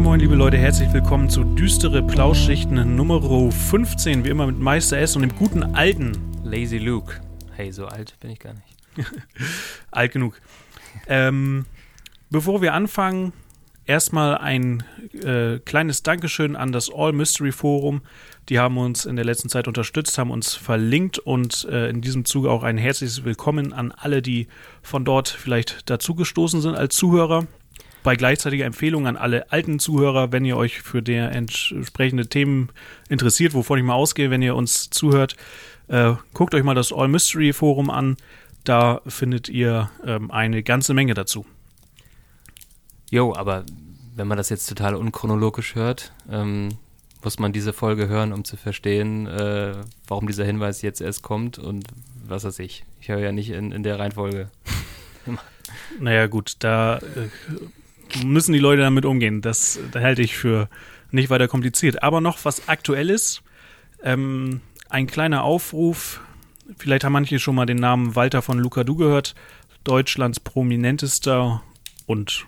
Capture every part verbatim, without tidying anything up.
moin, liebe Leute, herzlich willkommen zu Düstere Plauschschichten Nummer fünfzehn, wie immer mit Meister S und dem guten alten Lazy Luke. Hey, so alt bin ich gar nicht. Alt genug. Ähm, bevor wir anfangen, erstmal ein äh, kleines Dankeschön an das All Mystery Forum. Die haben uns in der letzten Zeit unterstützt, haben uns verlinkt und äh, in diesem Zuge auch ein herzliches Willkommen an alle, die von dort vielleicht dazugestoßen sind als Zuhörer. Bei gleichzeitiger Empfehlung an alle alten Zuhörer, wenn ihr euch für der entsprechende Themen interessiert, wovon ich mal ausgehe, wenn ihr uns zuhört, äh, guckt euch mal das All Mystery Forum an. Da findet ihr ähm, eine ganze Menge dazu. Jo, aber wenn man das jetzt total unchronologisch hört, ähm, muss man diese Folge hören, um zu verstehen, äh, warum dieser Hinweis jetzt erst kommt und was weiß ich. Ich höre ja nicht in, in der Reihenfolge. Naja gut, da äh, müssen die Leute damit umgehen. Das, das halte ich für nicht weiter kompliziert. Aber noch was Aktuelles. Ähm, ein kleiner Aufruf. Vielleicht haben manche schon mal den Namen Walter von Lucadou gehört. Deutschlands prominentester und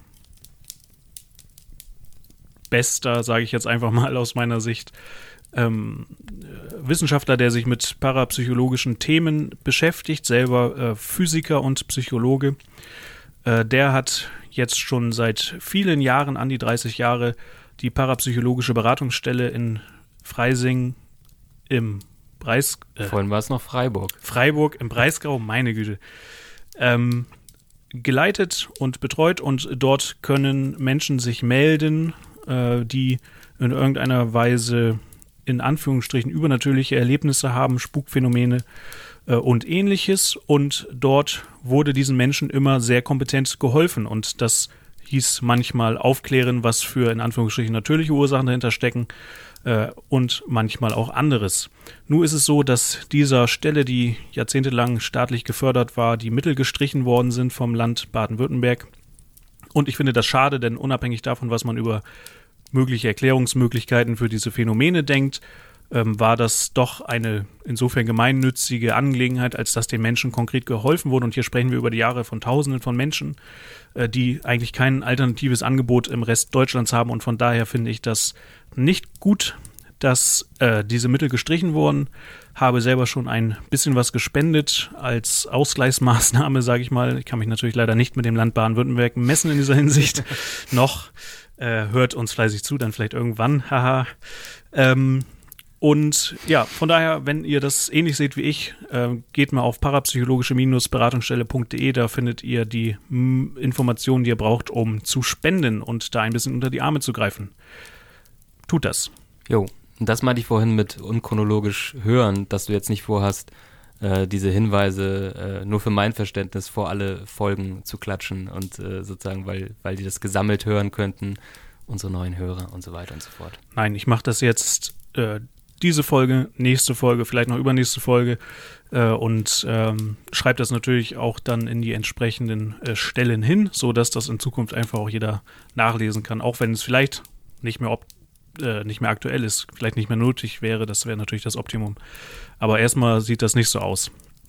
bester, sage ich jetzt einfach mal aus meiner Sicht, ähm, Wissenschaftler, der sich mit parapsychologischen Themen beschäftigt, selber äh, Physiker und Psychologe. Äh, der hat jetzt schon seit vielen Jahren, an die dreißig Jahre, die parapsychologische Beratungsstelle in Freising im Breis... Äh, Vorhin war es noch Freiburg. Freiburg im Breisgau, meine Güte. Ähm, geleitet und betreut und dort können Menschen sich melden, äh, die in irgendeiner Weise in Anführungsstrichen übernatürliche Erlebnisse haben, Spukphänomene äh, und ähnliches. Und dort wurde diesen Menschen immer sehr kompetent geholfen. Und das hieß manchmal aufklären, was für in Anführungsstrichen natürliche Ursachen dahinter stecken äh, und manchmal auch anderes. Nun ist es so, dass dieser Stelle, die jahrzehntelang staatlich gefördert war, die Mittel gestrichen worden sind vom Land Baden-Württemberg. Und ich finde das schade, denn unabhängig davon, was man über mögliche Erklärungsmöglichkeiten für diese Phänomene denkt, ähm, war das doch eine insofern gemeinnützige Angelegenheit, als dass den Menschen konkret geholfen wurde. Und hier sprechen wir über die Jahre von Tausenden von Menschen, äh, die eigentlich kein alternatives Angebot im Rest Deutschlands haben. Und von daher finde ich das nicht gut, dass äh, diese Mittel gestrichen wurden. Habe selber schon ein bisschen was gespendet als Ausgleichsmaßnahme, sage ich mal. Ich kann mich natürlich leider nicht mit dem Land Baden-Württemberg messen in dieser Hinsicht. Noch äh, hört uns fleißig zu, dann vielleicht irgendwann. Haha. ähm, und ja, von daher, wenn ihr das ähnlich seht wie ich, äh, geht mal auf parapsychologische Beratungsstelle punkt de. Da findet ihr die m, Informationen, die ihr braucht, um zu spenden und da ein bisschen unter die Arme zu greifen. Tut das. Jo. Und das meinte ich vorhin mit unchronologisch hören, dass du jetzt nicht vorhast, äh, diese Hinweise äh, nur für mein Verständnis vor alle Folgen zu klatschen und äh, sozusagen, weil, weil die das gesammelt hören könnten, unsere neuen Hörer und so weiter und so fort. Nein, ich mache das jetzt äh, diese Folge, nächste Folge, vielleicht noch übernächste Folge äh, und ähm, schreibe das natürlich auch dann in die entsprechenden äh, Stellen hin, sodass das in Zukunft einfach auch jeder nachlesen kann, auch wenn es vielleicht nicht mehr ob Äh, nicht mehr aktuell ist, vielleicht nicht mehr nötig wäre, das wäre natürlich das Optimum. Aber erstmal sieht das nicht so aus.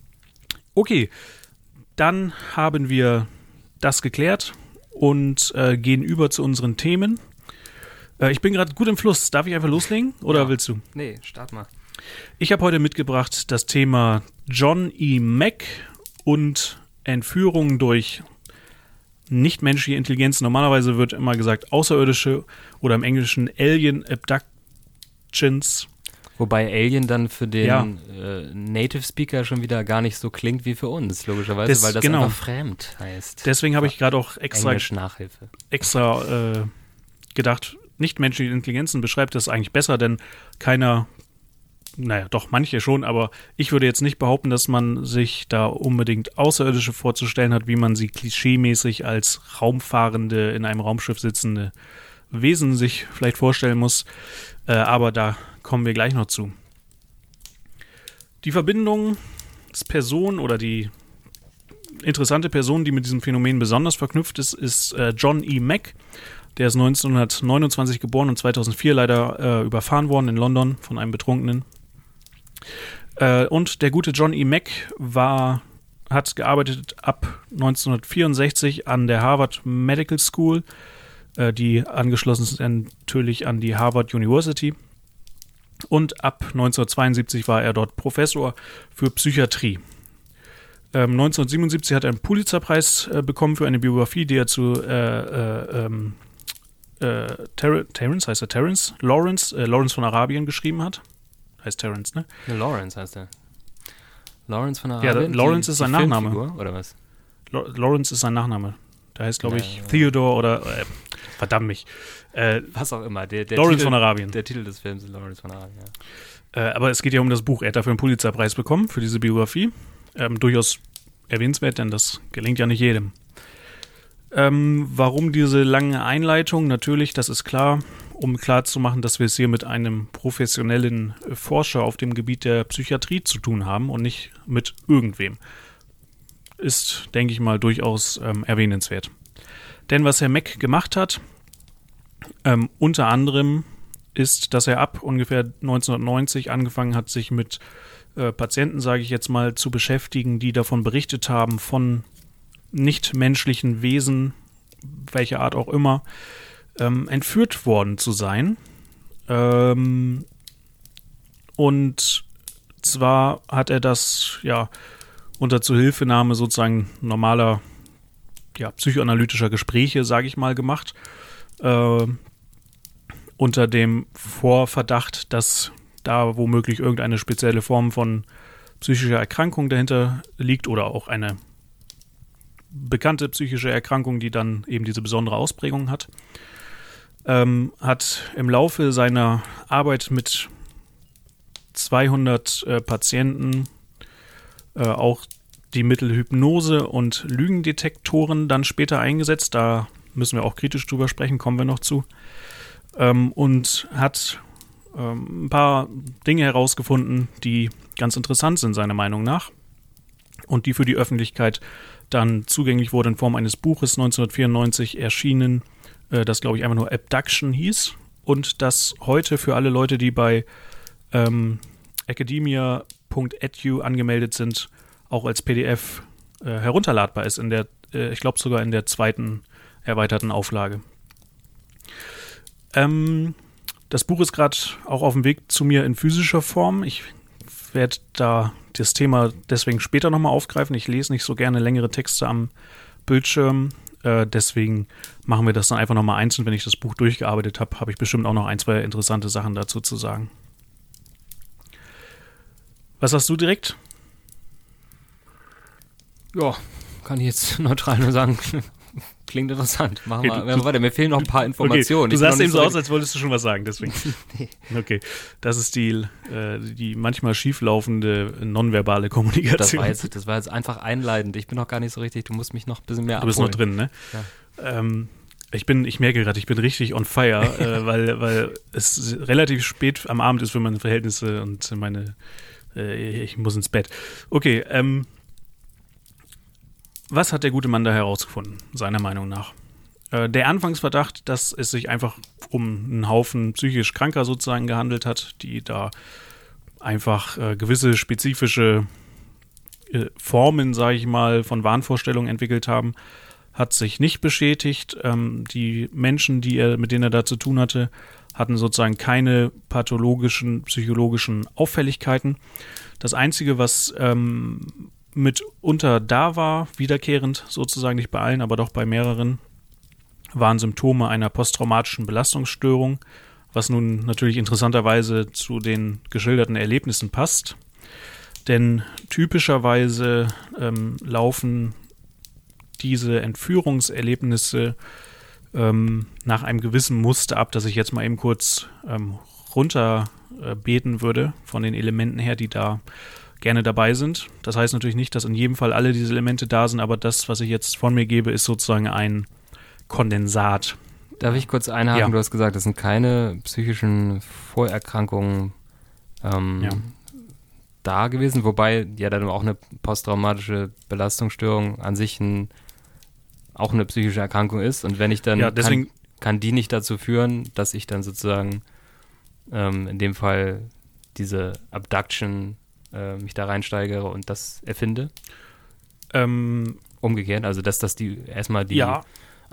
Okay, dann haben wir das geklärt und äh, gehen über zu unseren Themen. Äh, ich bin gerade gut im Fluss. Darf ich einfach loslegen oder ja. Willst du? Nee, start mal. Ich habe heute mitgebracht das Thema John E. Mack und Entführung durch nichtmenschliche Intelligenz. Normalerweise wird immer gesagt außerirdische oder im Englischen Alien Abductions. Wobei Alien dann für den ja. äh, Native Speaker schon wieder gar nicht so klingt wie für uns, logischerweise, das, weil das genau. einfach fremd heißt. Deswegen habe ich gerade auch extra, Englisch-Nachhilfe. extra äh, gedacht, nichtmenschliche Intelligenzen beschreibt das eigentlich besser, denn keiner, naja, doch, manche schon, aber ich würde jetzt nicht behaupten, dass man sich da unbedingt Außerirdische vorzustellen hat, wie man sie klischeemäßig als raumfahrende, in einem Raumschiff sitzende Wesen sich vielleicht vorstellen muss, äh, aber da kommen wir gleich noch zu. Die Verbindungsperson oder die interessante Person, die mit diesem Phänomen besonders verknüpft ist, ist äh, John E. Mack. Der ist neunzehnhundertneunundzwanzig geboren und zweitausendvier leider äh, überfahren worden in London von einem Betrunkenen. Äh, und der gute John E. Mack war, hat gearbeitet ab neunzehnhundertvierundsechzig an der Harvard Medical School äh, die angeschlossen sind natürlich an die Harvard University. Und ab neunzehnhundertzweiundsiebzig war er dort Professor für Psychiatrie. Ähm, neunzehnhundertsiebenundsiebzig hat er einen Pulitzerpreis äh, bekommen für eine Biografie, die er zu äh, äh, ähm, äh, Ter- Terence, heißt er Terence? Lawrence, äh, Lawrence von Arabien geschrieben hat. Heißt Terence, ne? Ja, Lawrence heißt er. Lawrence von Arabien? Ja, Lawrence die, ist sein die Nachname. Filmfigur, oder was? La- Lawrence ist sein Nachname. Der heißt, glaube ich, Ja, ja. Theodore oder äh, verdammt mich. Äh, Was auch immer. Der, der Lawrence Titel, von Arabien. Der Titel des Films ist Lawrence von Arabien, ja. Äh, aber es geht ja um das Buch. Er hat dafür einen Pulitzerpreis bekommen, für diese Biografie. Ähm, durchaus erwähnenswert, denn das gelingt ja nicht jedem. Ähm, warum diese lange Einleitung? Natürlich, das ist klar, um klarzumachen, dass wir es hier mit einem professionellen äh, Forscher auf dem Gebiet der Psychiatrie zu tun haben und nicht mit irgendwem. Ist, denke ich mal, durchaus ähm, erwähnenswert. Denn was Herr Mack gemacht hat, ähm, unter anderem ist, dass er ab ungefähr neunzehnhundertneunzig angefangen hat, sich mit äh, Patienten, sage ich jetzt mal, zu beschäftigen, die davon berichtet haben, von nichtmenschlichen Wesen, welcher Art auch immer, ähm, entführt worden zu sein. Ähm, und zwar hat er das, ja, unter Zuhilfenahme sozusagen normaler, ja, psychoanalytischer Gespräche, sage ich mal, gemacht. Äh, unter dem Vorverdacht, dass da womöglich irgendeine spezielle Form von psychischer Erkrankung dahinter liegt oder auch eine bekannte psychische Erkrankung, die dann eben diese besondere Ausprägung hat. Ähm, hat im Laufe seiner Arbeit mit zweihundert äh, Patienten äh, auch die Mittel Hypnose und Lügendetektoren dann später eingesetzt. Da müssen wir auch kritisch drüber sprechen, kommen wir noch zu. Ähm, und hat ähm, ein paar Dinge herausgefunden, die ganz interessant sind, seiner Meinung nach. Und die für die Öffentlichkeit dann zugänglich wurde in Form eines Buches neunzehnhundertvierundneunzig erschienen, äh, das, glaube ich, einfach nur Abduction hieß. Und das heute für alle Leute, die bei ähm, academia punkt edu angemeldet sind, auch als P D F äh, herunterladbar ist, in der, äh, ich glaube sogar in der zweiten erweiterten Auflage. Ähm, das Buch ist gerade auch auf dem Weg zu mir in physischer Form. Ich werde da das Thema deswegen später nochmal aufgreifen. Ich lese nicht so gerne längere Texte am Bildschirm. Äh, deswegen machen wir das dann einfach nochmal einzeln. Wenn ich das Buch durchgearbeitet habe, habe ich bestimmt auch noch ein, zwei interessante Sachen dazu zu sagen. Was hast du direkt? Ja, kann ich jetzt neutral nur sagen. Klingt interessant. Machen Okay, wir. du, Warte, mir fehlen noch ein paar Informationen. Okay, du sahst eben so so aus, als wolltest du schon was sagen, deswegen. Nee. Okay, das ist die, äh, die manchmal schieflaufende nonverbale Kommunikation. Das war, jetzt, das war jetzt einfach einleitend. Ich bin noch gar nicht so richtig, du musst mich noch ein bisschen mehr abholen. Du bist noch drin, ne? Ja. Ähm, ich bin, ich merke gerade, ich bin richtig on fire, äh, weil, weil es relativ spät am Abend ist für meine Verhältnisse und meine, äh, ich muss ins Bett. Okay, ähm, was hat der gute Mann da herausgefunden, seiner Meinung nach? Äh, der Anfangsverdacht, dass es sich einfach um einen Haufen psychisch Kranker sozusagen gehandelt hat, die da einfach äh, gewisse spezifische äh, Formen, sage ich mal, von Wahnvorstellungen entwickelt haben, hat sich nicht bestätigt. Ähm, die Menschen, die er, mit denen er da zu tun hatte, hatten sozusagen keine pathologischen, psychologischen Auffälligkeiten. Das Einzige, was ähm, mitunter da war, wiederkehrend sozusagen, nicht bei allen, aber doch bei mehreren, waren Symptome einer posttraumatischen Belastungsstörung, was nun natürlich interessanterweise zu den geschilderten Erlebnissen passt. Denn typischerweise ähm, laufen diese Entführungserlebnisse ähm, nach einem gewissen Muster ab, das ich jetzt mal eben kurz ähm, runterbeten äh, würde, von den Elementen her, die da gerne dabei sind. Das heißt natürlich nicht, dass in jedem Fall alle diese Elemente da sind, aber das, was ich jetzt von mir gebe, ist sozusagen ein Kondensat. Darf ich kurz einhaken? Ja. Du hast gesagt, das sind keine psychischen Vorerkrankungen ähm, ja. da gewesen, wobei ja dann auch eine posttraumatische Belastungsstörung an sich ein, auch eine psychische Erkrankung ist. Und wenn ich dann, ja, deswegen, kann, kann die nicht dazu führen, dass ich dann sozusagen ähm, in dem Fall diese Abduction äh, mich da reinsteigere und das erfinde? Ähm, Umgekehrt, also dass das die erstmal die ja.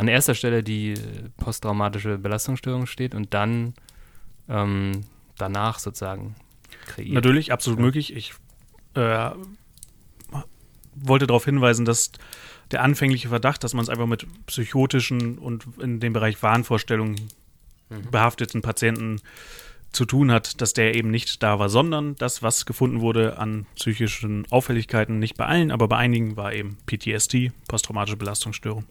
an erster Stelle die posttraumatische Belastungsstörung steht und dann ähm, danach sozusagen kreiert. Natürlich, absolut ja. möglich. Ich äh, wollte darauf hinweisen, dass der anfängliche Verdacht, dass man es einfach mit psychotischen und in dem Bereich Wahnvorstellungen mhm. behafteten Patienten zu tun hat, dass der eben nicht da war, sondern das, was gefunden wurde an psychischen Auffälligkeiten, nicht bei allen, aber bei einigen war eben P T S D, posttraumatische Belastungsstörung.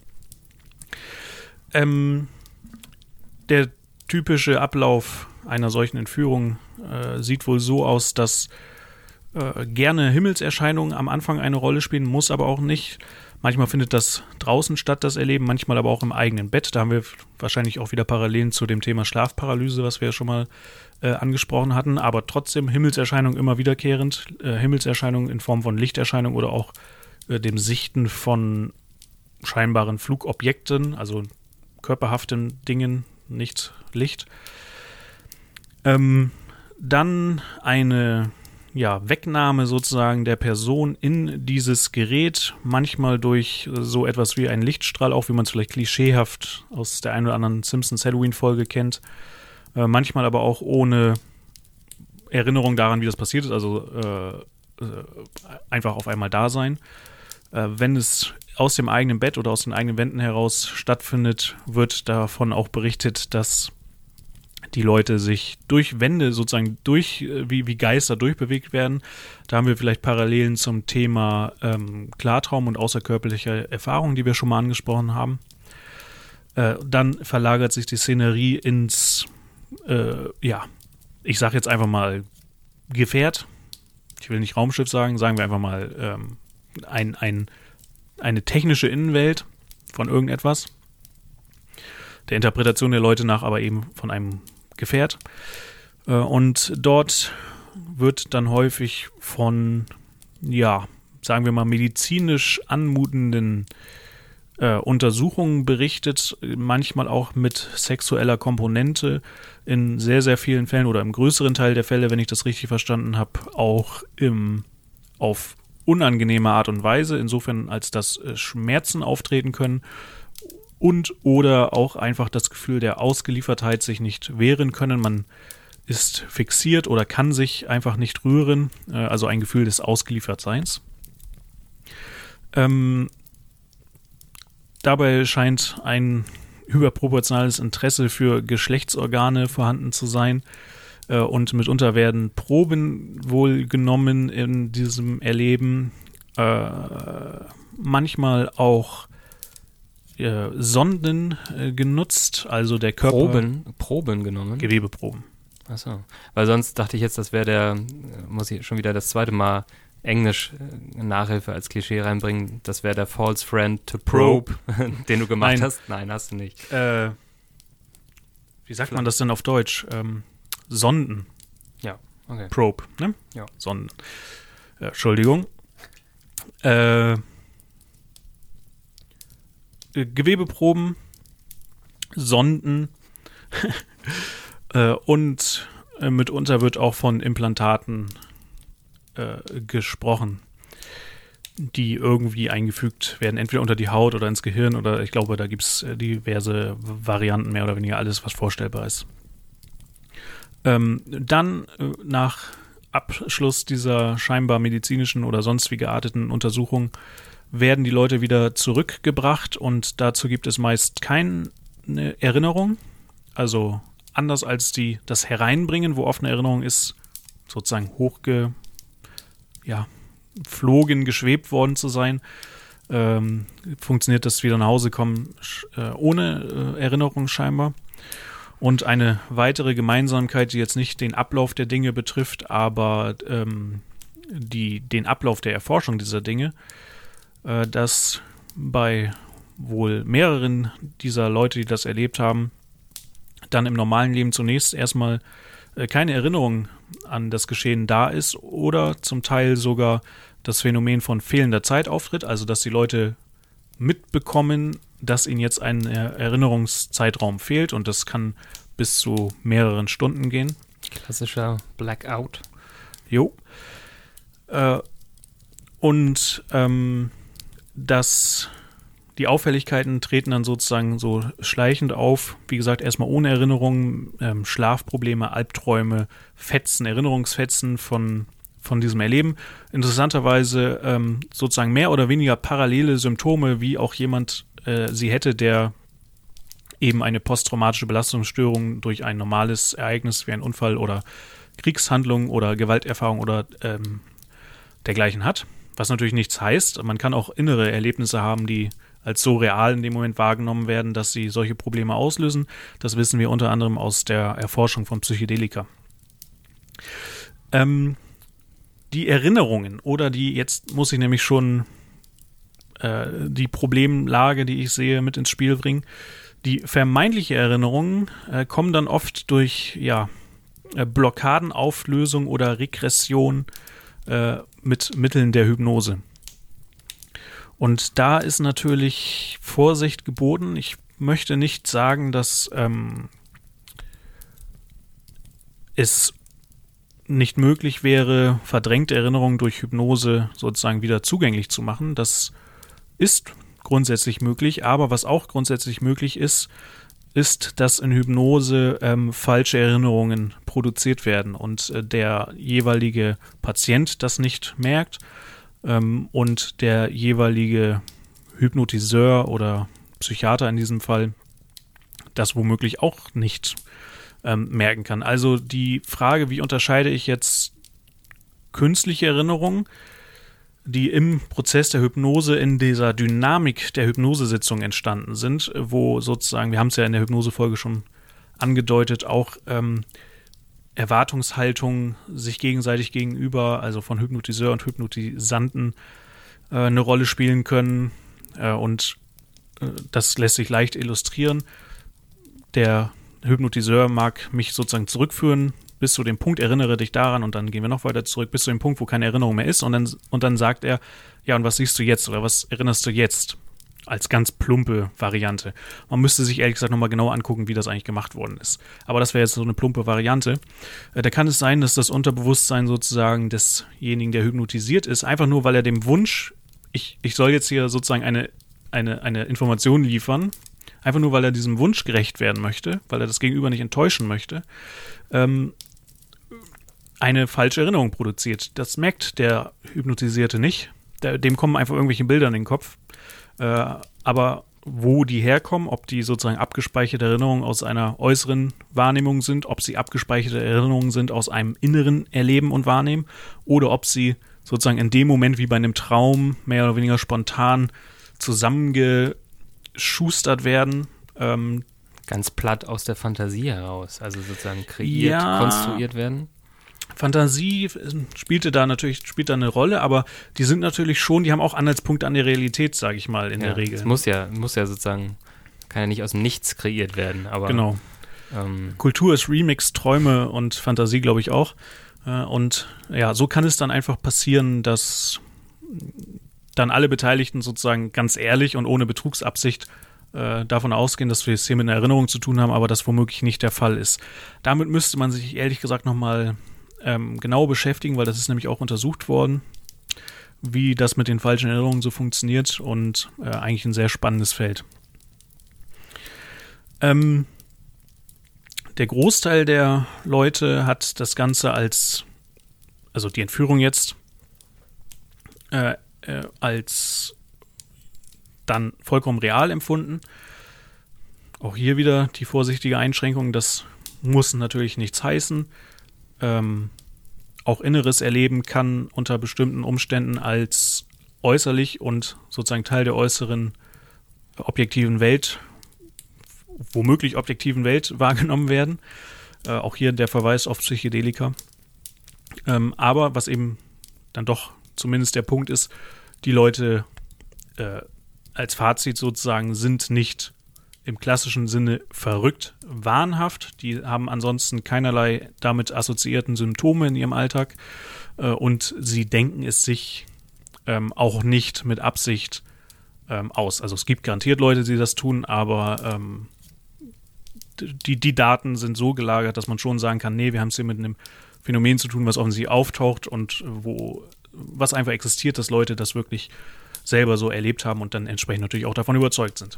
Ähm, der typische Ablauf einer solchen Entführung äh, sieht wohl so aus, dass äh, gerne Himmelserscheinungen am Anfang eine Rolle spielen, muss aber auch nicht. Manchmal findet das draußen statt, das Erleben, manchmal aber auch im eigenen Bett. Da haben wir wahrscheinlich auch wieder Parallelen zu dem Thema Schlafparalyse, was wir ja schon mal äh, angesprochen hatten. Aber trotzdem Himmelserscheinungen immer wiederkehrend. Äh, Himmelserscheinungen in Form von Lichterscheinungen oder auch äh, dem Sichten von scheinbaren Flugobjekten, also körperhaften Dingen, nicht Licht. Ähm, dann eine ja, Wegnahme sozusagen der Person in dieses Gerät, manchmal durch so etwas wie einen Lichtstrahl, auch wie man es vielleicht klischeehaft aus der einen oder anderen Simpsons-Halloween-Folge kennt, äh, manchmal aber auch ohne Erinnerung daran, wie das passiert ist, also äh, äh, einfach auf einmal da sein. Äh, wenn es aus dem eigenen Bett oder aus den eigenen Wänden heraus stattfindet, wird davon auch berichtet, dass die Leute sich durch Wände sozusagen durch, wie, wie Geister durchbewegt werden. Da haben wir vielleicht Parallelen zum Thema ähm, Klartraum und außerkörperliche Erfahrung, die wir schon mal angesprochen haben. Äh, dann verlagert sich die Szenerie ins, äh, ja, ich sage jetzt einfach mal Gefährt. Ich will nicht Raumschiff sagen, sagen wir einfach mal ähm, ein, ein, eine technische Innenwelt von irgendetwas. Der Interpretation der Leute nach aber eben von einem Gefährt. Und dort wird dann häufig von, ja, sagen wir mal, medizinisch anmutenden äh, Untersuchungen berichtet, manchmal auch mit sexueller Komponente, in sehr, sehr vielen Fällen oder im größeren Teil der Fälle, wenn ich das richtig verstanden habe, auch im, auf unangenehme Art und Weise, insofern als dass äh, Schmerzen auftreten können. Und oder auch einfach das Gefühl der Ausgeliefertheit, sich nicht wehren können. Man ist fixiert oder kann sich einfach nicht rühren. Also ein Gefühl des Ausgeliefertseins. Ähm, dabei scheint ein überproportionales Interesse für Geschlechtsorgane vorhanden zu sein. Äh, und mitunter werden Proben wohl genommen in diesem Erleben. Äh, manchmal auch Äh, Sonden äh, genutzt, also der Körper... Proben, Proben genommen? Gewebeproben. Achso, weil sonst dachte ich jetzt, das wäre der, muss ich schon wieder das zweite Mal Englisch äh, Nachhilfe als Klischee reinbringen, das wäre der False Friend to Probe, Probe. den du gemacht Nein. hast. Nein, hast du nicht. Äh, wie sagt Vielleicht. man das denn auf Deutsch? Ähm, Sonden. Ja, okay. Probe, ne? Ja. Sonden. Äh, Entschuldigung. Äh... Gewebeproben, Sonden äh, und äh, mitunter wird auch von Implantaten äh, gesprochen, die irgendwie eingefügt werden, entweder unter die Haut oder ins Gehirn oder ich glaube, da gibt es äh, diverse Varianten, mehr oder weniger alles, was vorstellbar ist. Ähm, dann äh, nach Abschluss dieser scheinbar medizinischen oder sonst wie gearteten Untersuchung werden die Leute wieder zurückgebracht und dazu gibt es meist keine Erinnerung. Also anders als die, das Hereinbringen, wo oft eine Erinnerung ist, sozusagen hochge, ja, flogen, geschwebt worden zu sein, ähm, funktioniert das wieder nach Hause kommen äh, ohne äh, Erinnerung scheinbar. Und eine weitere Gemeinsamkeit, die jetzt nicht den Ablauf der Dinge betrifft, aber ähm, die, den Ablauf der Erforschung dieser Dinge, dass bei wohl mehreren dieser Leute, die das erlebt haben, dann im normalen Leben zunächst erstmal keine Erinnerung an das Geschehen da ist oder zum Teil sogar das Phänomen von fehlender Zeit auftritt, also dass die Leute mitbekommen, dass ihnen jetzt ein Erinnerungszeitraum fehlt und das kann bis zu mehreren Stunden gehen. Klassischer Blackout. Jo. Äh, und ähm, dass die Auffälligkeiten treten dann sozusagen so schleichend auf. Wie gesagt, erstmal ohne Erinnerungen, ähm, Schlafprobleme, Albträume, Fetzen, Erinnerungsfetzen von, von diesem Erleben. Interessanterweise ähm, sozusagen mehr oder weniger parallele Symptome, wie auch jemand äh, sie hätte, der eben eine posttraumatische Belastungsstörung durch ein normales Ereignis wie ein Unfall oder Kriegshandlung oder Gewalterfahrung oder ähm, dergleichen hat. Was natürlich nichts heißt. Man kann auch innere Erlebnisse haben, die als so real in dem Moment wahrgenommen werden, dass sie solche Probleme auslösen. Das wissen wir unter anderem aus der Erforschung von Psychedelika. Ähm, die Erinnerungen oder die, jetzt muss ich nämlich schon äh, die Problemlage, die ich sehe, mit ins Spiel bringen. Die vermeintliche Erinnerungen äh, kommen dann oft durch ja, äh, Blockaden, Auflösung oder Regression äh, mit Mitteln der Hypnose. Und da ist natürlich Vorsicht geboten. Ich möchte nicht sagen, dass ähm, es nicht möglich wäre, verdrängte Erinnerungen durch Hypnose sozusagen wieder zugänglich zu machen. Das ist grundsätzlich möglich, aber was auch grundsätzlich möglich ist, ist, dass in Hypnose ähm, falsche Erinnerungen produziert werden und äh, der jeweilige Patient das nicht merkt ähm, und der jeweilige Hypnotiseur oder Psychiater in diesem Fall das womöglich auch nicht ähm, merken kann. Also die Frage, wie unterscheide ich jetzt künstliche Erinnerungen, die im Prozess der Hypnose in dieser Dynamik der Hypnosesitzung entstanden sind, wo sozusagen, wir haben es ja in der Hypnosefolge schon angedeutet, auch ähm, Erwartungshaltung sich gegenseitig gegenüber, also von Hypnotiseur und Hypnotisanten, äh, eine Rolle spielen können. Äh, und äh, das lässt sich leicht illustrieren. Der Hypnotiseur mag mich sozusagen zurückführen, bis zu dem Punkt, erinnere dich daran und dann gehen wir noch weiter zurück, bis zu dem Punkt, wo keine Erinnerung mehr ist und dann, und dann sagt er, ja und was siehst du jetzt oder was erinnerst du jetzt? Als ganz plumpe Variante. Man müsste sich ehrlich gesagt nochmal genau angucken, wie das eigentlich gemacht worden ist. Aber das wäre jetzt so eine plumpe Variante. Äh, da kann es sein, dass das Unterbewusstsein sozusagen desjenigen, der hypnotisiert ist, einfach nur, weil er dem Wunsch, ich, ich soll jetzt hier sozusagen eine, eine, eine Information liefern, einfach nur, weil er diesem Wunsch gerecht werden möchte, weil er das Gegenüber nicht enttäuschen möchte, ähm, eine falsche Erinnerung produziert. Das merkt der Hypnotisierte nicht. Der, dem kommen einfach irgendwelche Bilder in den Kopf. Äh, aber wo die herkommen, ob die sozusagen abgespeicherte Erinnerungen aus einer äußeren Wahrnehmung sind, ob sie abgespeicherte Erinnerungen sind aus einem inneren Erleben und Wahrnehmen oder ob sie sozusagen in dem Moment wie bei einem Traum mehr oder weniger spontan zusammengeschustert werden. Ähm, Ganz platt aus der Fantasie heraus, also sozusagen kreiert, ja, konstruiert werden. Fantasie spielte da natürlich spielt da eine Rolle, aber die sind natürlich schon, die haben auch Anhaltspunkte an der Realität, sage ich mal, in ja, der Regel. Es muss ja, muss ja sozusagen, kann ja nicht aus dem Nichts kreiert werden, aber genau. Ähm, Kultur ist Remix, Träume und Fantasie, glaube ich auch. Und ja, so kann es dann einfach passieren, dass dann alle Beteiligten sozusagen ganz ehrlich und ohne Betrugsabsicht äh, davon ausgehen, dass wir es hier mit einer Erinnerung zu tun haben, aber das womöglich nicht der Fall ist. Damit müsste man sich ehrlich gesagt nochmal ähm, genau beschäftigen, weil das ist nämlich auch untersucht worden, wie das mit den falschen Erinnerungen so funktioniert und äh, eigentlich ein sehr spannendes Feld. Ähm, der Großteil der Leute hat das Ganze als, also die Entführung jetzt, äh, äh, als dann vollkommen real empfunden. Auch hier wieder die vorsichtige Einschränkung, das muss natürlich nichts heißen. Ähm, auch inneres Erleben kann unter bestimmten Umständen als äußerlich und sozusagen Teil der äußeren objektiven Welt, womöglich objektiven Welt wahrgenommen werden. Äh, auch hier der Verweis auf Psychedelika. Ähm, aber was eben dann doch zumindest der Punkt ist, die Leute äh, als Fazit sozusagen sind nicht im klassischen Sinne verrückt, wahnhaft. Die haben ansonsten keinerlei damit assoziierten Symptome in ihrem Alltag äh, und sie denken es sich ähm, auch nicht mit Absicht ähm, aus. Also es gibt garantiert Leute, die das tun, aber ähm, die, die Daten sind so gelagert, dass man schon sagen kann, nee, wir haben es hier mit einem Phänomen zu tun, was offensichtlich auftaucht und wo was einfach existiert, dass Leute das wirklich selber so erlebt haben und dann entsprechend natürlich auch davon überzeugt sind.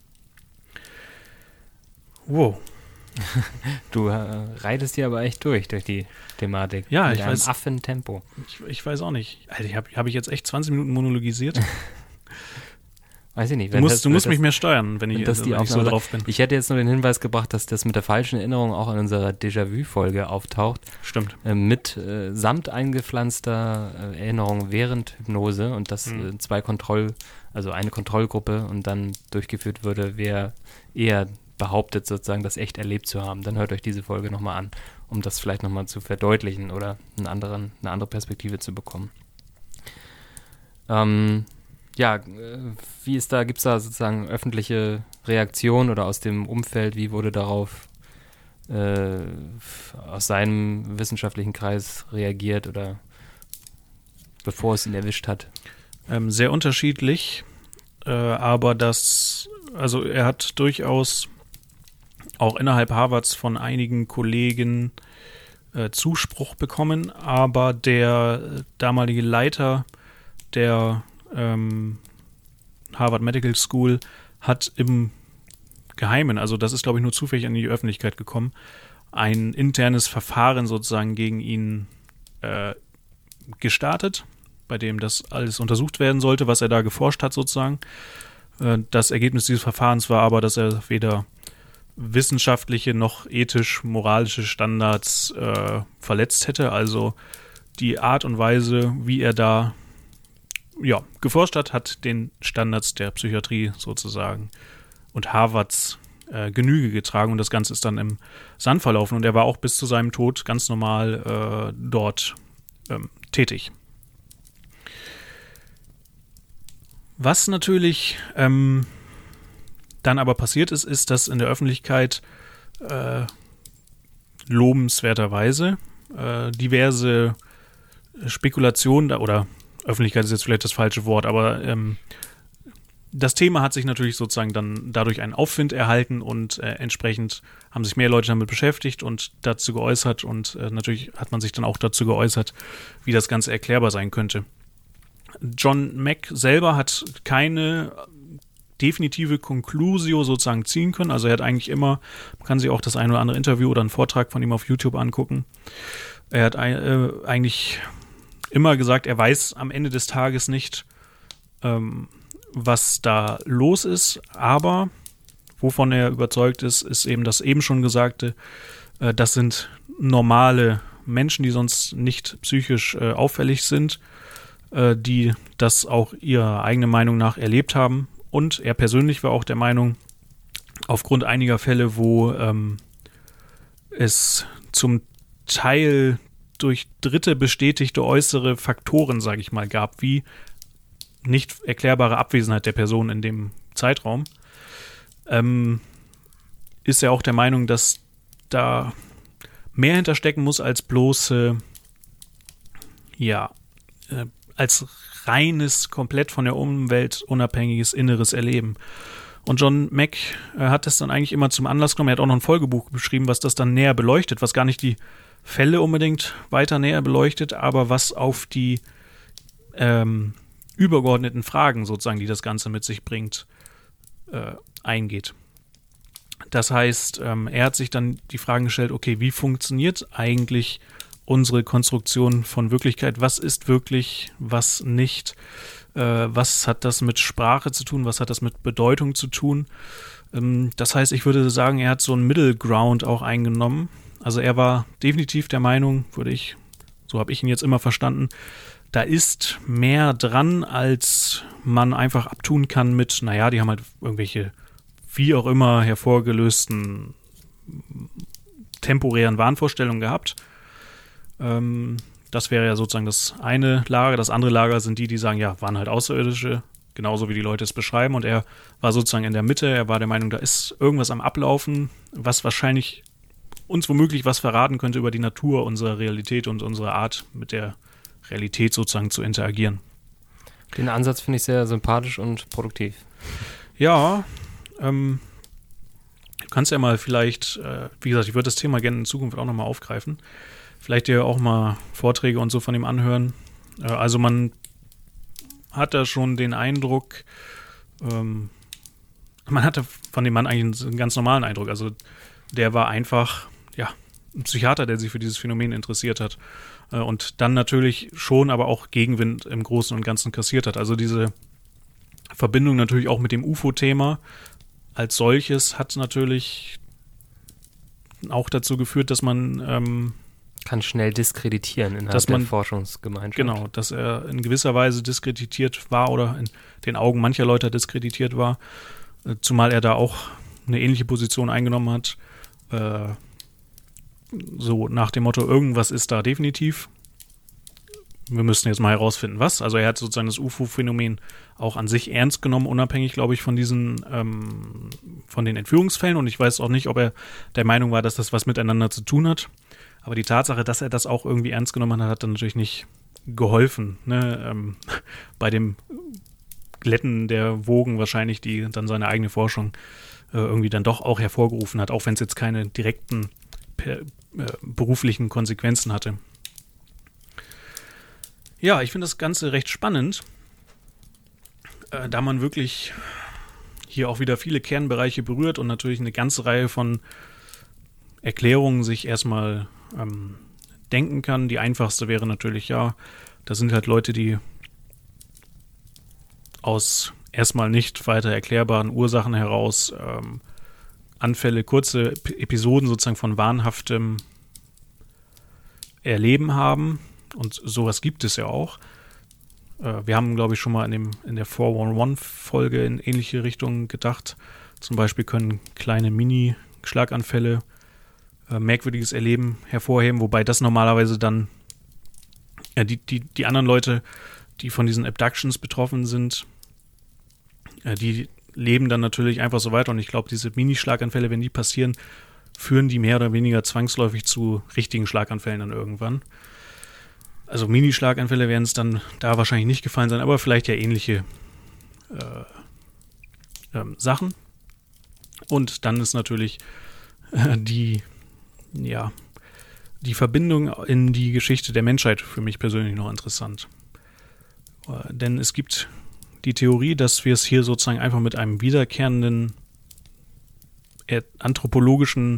Wow. Du äh, reitest hier aber echt durch, durch die Thematik. Ja, mit ich einem weiß. Affentempo. Ich, ich weiß auch nicht. Alter, ich habe hab ich jetzt echt zwanzig Minuten monologisiert? Weiß ich nicht. Du musst, das, du musst das, mich mehr steuern, wenn ich, das die wenn ich so Aufnahme- drauf bin. Ich hätte jetzt nur den Hinweis gebracht, dass das mit der falschen Erinnerung auch in unserer Déjà-vu-Folge auftaucht. Stimmt. Äh, mit äh, samt eingepflanzter äh, Erinnerung während Hypnose und dass Mhm. äh, zwei Kontroll, also eine Kontrollgruppe und dann durchgeführt würde, wer eher behauptet, sozusagen das echt erlebt zu haben. Dann hört euch diese Folge nochmal an, um das vielleicht nochmal zu verdeutlichen oder einen anderen, eine andere Perspektive zu bekommen. Ähm, ja, äh, wie ist da, gibt es da sozusagen öffentliche Reaktion oder aus dem Umfeld, wie wurde darauf äh, f- aus seinem wissenschaftlichen Kreis reagiert oder bevor es ihn erwischt hat? Ähm, sehr unterschiedlich, äh, aber das, also er hat durchaus auch innerhalb Harvards von einigen Kollegen äh, Zuspruch bekommen, aber der äh, damalige Leiter der ähm, Harvard Medical School hat im Geheimen, also das ist glaube ich nur zufällig an die Öffentlichkeit gekommen, ein internes Verfahren sozusagen gegen ihn äh, gestartet, bei dem das alles untersucht werden sollte, was er da geforscht hat sozusagen. Äh, das Ergebnis dieses Verfahrens war aber, dass er weder wissenschaftliche noch ethisch-moralische Standards äh, verletzt hätte. Also die Art und Weise, wie er da ja, geforscht hat, hat den Standards der Psychiatrie sozusagen und Harvards äh, Genüge getragen und das Ganze ist dann im Sand verlaufen und er war auch bis zu seinem Tod ganz normal äh, dort ähm, tätig. Was natürlich ähm, dann aber passiert ist, ist, dass in der Öffentlichkeit äh, lobenswerterweise äh, diverse Spekulationen da, oder Öffentlichkeit ist jetzt vielleicht das falsche Wort, aber ähm, das Thema hat sich natürlich sozusagen dann dadurch einen Aufwind erhalten und äh, entsprechend haben sich mehr Leute damit beschäftigt und dazu geäußert und äh, natürlich hat man sich dann auch dazu geäußert, wie das Ganze erklärbar sein könnte. John Mack selber hat keine definitive Conclusio sozusagen ziehen können, also er hat eigentlich immer, man kann sich auch das ein oder andere Interview oder einen Vortrag von ihm auf YouTube angucken, er hat äh, eigentlich immer gesagt, er weiß am Ende des Tages nicht, ähm, was da los ist, aber wovon er überzeugt ist, ist eben das eben schon Gesagte, äh, das sind normale Menschen, die sonst nicht psychisch äh, auffällig sind, äh, die das auch ihrer eigenen Meinung nach erlebt haben und er persönlich war auch der Meinung, aufgrund einiger Fälle, wo ähm, es zum Teil durch Dritte bestätigte äußere Faktoren, sage ich mal, gab, wie nicht erklärbare Abwesenheit der Person in dem Zeitraum, ähm, ist er auch der Meinung, dass da mehr hinterstecken muss als bloße, ja, äh, als reines, komplett von der Umwelt unabhängiges inneres Erleben. Und John Mack äh, hat das dann eigentlich immer zum Anlass genommen, er hat auch noch ein Folgebuch beschrieben, was das dann näher beleuchtet, was gar nicht die Fälle unbedingt weiter näher beleuchtet, aber was auf die ähm, übergeordneten Fragen sozusagen, die das Ganze mit sich bringt, äh, eingeht. Das heißt, ähm, er hat sich dann die Fragen gestellt, okay, wie funktioniert eigentlich unsere Konstruktion von Wirklichkeit? Was ist wirklich, was nicht? Äh, was hat das mit Sprache zu tun? Was hat das mit Bedeutung zu tun? Ähm, das heißt, ich würde sagen, er hat so einen Middle Ground auch eingenommen. Also er war definitiv der Meinung, würde ich, so habe ich ihn jetzt immer verstanden, da ist mehr dran, als man einfach abtun kann mit, naja, die haben halt irgendwelche, wie auch immer, hervorgelösten temporären Wahnvorstellungen gehabt. Ähm, das wäre ja sozusagen das eine Lager. Das andere Lager sind die, die sagen, ja, waren halt Außerirdische, genauso wie die Leute es beschreiben. Und er war sozusagen in der Mitte, er war der Meinung, da ist irgendwas am Ablaufen, was wahrscheinlich uns womöglich was verraten könnte über die Natur unserer Realität und unsere Art, mit der Realität sozusagen zu interagieren. Den Ansatz finde ich sehr sympathisch und produktiv. Ja, ähm, du kannst ja mal vielleicht, äh, wie gesagt, ich würde das Thema gerne in Zukunft auch nochmal aufgreifen, vielleicht dir auch mal Vorträge und so von ihm anhören. Äh, also man hat er schon den Eindruck, ähm, man hatte von dem Mann eigentlich einen ganz normalen Eindruck. Also der war einfach, ja, ein Psychiater, der sich für dieses Phänomen interessiert hat. Äh, und dann natürlich schon, aber auch Gegenwind im Großen und Ganzen kassiert hat. Also diese Verbindung natürlich auch mit dem U F O-Thema als solches hat natürlich auch dazu geführt, dass man ähm, kann schnell diskreditieren innerhalb dass man, der Forschungsgemeinschaft. Genau, dass er in gewisser Weise diskreditiert war oder in den Augen mancher Leute diskreditiert war, äh, zumal er da auch eine ähnliche Position eingenommen hat, äh, so nach dem Motto, irgendwas ist da definitiv. Wir müssen jetzt mal herausfinden, was. Also er hat sozusagen das U F O-Phänomen auch an sich ernst genommen, unabhängig, glaube ich, von diesen, ähm, von den Entführungsfällen. Und ich weiß auch nicht, ob er der Meinung war, dass das was miteinander zu tun hat. Aber die Tatsache, dass er das auch irgendwie ernst genommen hat, hat dann natürlich nicht geholfen. Ne? Ähm, bei dem Glätten der Wogen wahrscheinlich, die dann seine eigene Forschung äh, irgendwie dann doch auch hervorgerufen hat, auch wenn es jetzt keine direkten per, äh, beruflichen Konsequenzen hatte. Ja, ich finde das Ganze recht spannend, äh, da man wirklich hier auch wieder viele Kernbereiche berührt und natürlich eine ganze Reihe von Erklärungen sich erstmal ähm, denken kann. Die einfachste wäre natürlich, ja, da sind halt Leute, die aus erstmal nicht weiter erklärbaren Ursachen heraus ähm, Anfälle, kurze Ep- Episoden sozusagen von wahnhaftem Erleben haben. Und sowas gibt es ja auch. Äh, wir haben, glaube ich, schon mal in, dem, in der vier eins eins-Folge in ähnliche Richtungen gedacht. Zum Beispiel können kleine Mini-Schlaganfälle äh, merkwürdiges Erleben hervorheben, wobei das normalerweise dann ja, die, die, die anderen Leute, die von diesen Abductions betroffen sind, äh, die leben dann natürlich einfach so weiter. Und ich glaube, diese Mini-Schlaganfälle, wenn die passieren, führen die mehr oder weniger zwangsläufig zu richtigen Schlaganfällen dann irgendwann. Also Mini-Schlaganfälle werden es dann da wahrscheinlich nicht gefallen sein, aber vielleicht ja ähnliche äh, ähm, Sachen. Und dann ist natürlich äh, die, ja, die Verbindung in die Geschichte der Menschheit für mich persönlich noch interessant. Äh, denn es gibt die Theorie, dass wir es hier sozusagen einfach mit einem wiederkehrenden er- anthropologischen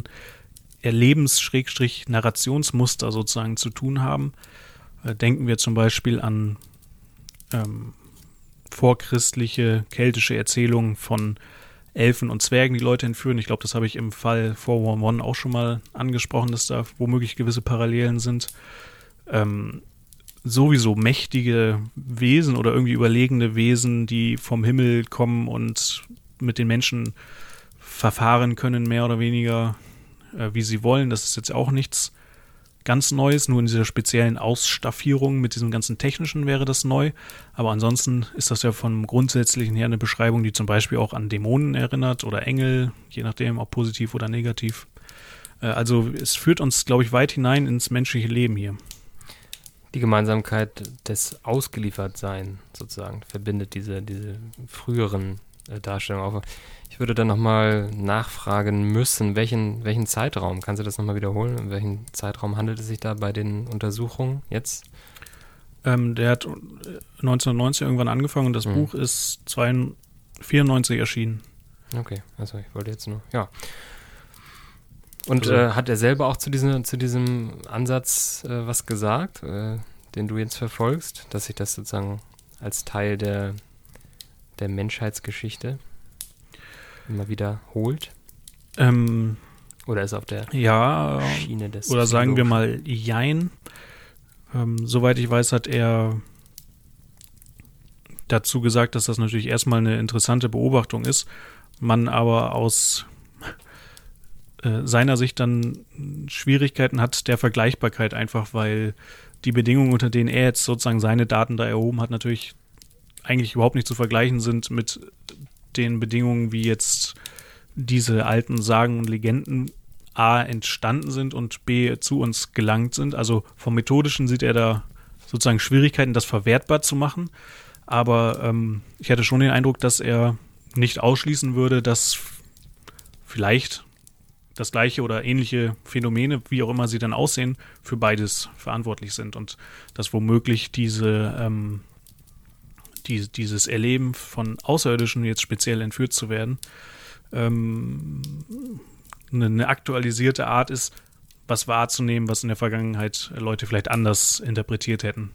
Erlebens-Narrationsmuster sozusagen zu tun haben. Denken wir zum Beispiel an ähm, vorchristliche keltische Erzählungen von Elfen und Zwergen, die Leute entführen. Ich glaube, das habe ich im Fall vier eins eins auch schon mal angesprochen, dass da womöglich gewisse Parallelen sind. Ähm, sowieso mächtige Wesen oder irgendwie überlegene Wesen, die vom Himmel kommen und mit den Menschen verfahren können, mehr oder weniger, äh, wie sie wollen. Das ist jetzt auch nichts ganz Neues, nur in dieser speziellen Ausstaffierung mit diesem ganzen Technischen wäre das neu. Aber ansonsten ist das ja vom Grundsätzlichen her eine Beschreibung, die zum Beispiel auch an Dämonen erinnert oder Engel, je nachdem, ob positiv oder negativ. Äh, also es führt uns, glaube ich, weit hinein ins menschliche Leben hier. Die Gemeinsamkeit des Ausgeliefertsein sozusagen verbindet diese, diese früheren äh, Darstellungen auch. Ich würde dann nochmal nachfragen müssen, welchen, welchen Zeitraum, kannst du das nochmal wiederholen? In welchen Zeitraum handelt es sich da bei den Untersuchungen jetzt? Ähm, der hat neunzehnhundertneunzig irgendwann angefangen und das mhm. Buch ist vierundneunzig erschienen. Okay, also ich wollte jetzt nur, ja. Und also, äh, hat er selber auch zu, diese, zu diesem Ansatz äh, was gesagt, äh, den du jetzt verfolgst, dass sich das sozusagen als Teil der, der Menschheitsgeschichte immer wieder holt? Ähm, oder ist auf der ja, Schiene des oder sagen wir mal jein. Ähm, soweit ich weiß, hat er dazu gesagt, dass das natürlich erstmal eine interessante Beobachtung ist, man aber aus äh, seiner Sicht dann Schwierigkeiten hat der Vergleichbarkeit, einfach weil die Bedingungen, unter denen er jetzt sozusagen seine Daten da erhoben hat, natürlich eigentlich überhaupt nicht zu vergleichen sind mit den Bedingungen, wie jetzt diese alten Sagen und Legenden A entstanden sind und B zu uns gelangt sind. Also vom Methodischen sieht er da sozusagen Schwierigkeiten, das verwertbar zu machen. Aber ähm, ich hatte schon den Eindruck, dass er nicht ausschließen würde, dass vielleicht das gleiche oder ähnliche Phänomene, wie auch immer sie dann aussehen, für beides verantwortlich sind und dass womöglich diese, ähm, die, dieses Erleben von Außerirdischen, jetzt speziell entführt zu werden, ähm, eine, eine aktualisierte Art ist, was wahrzunehmen, was in der Vergangenheit Leute vielleicht anders interpretiert hätten.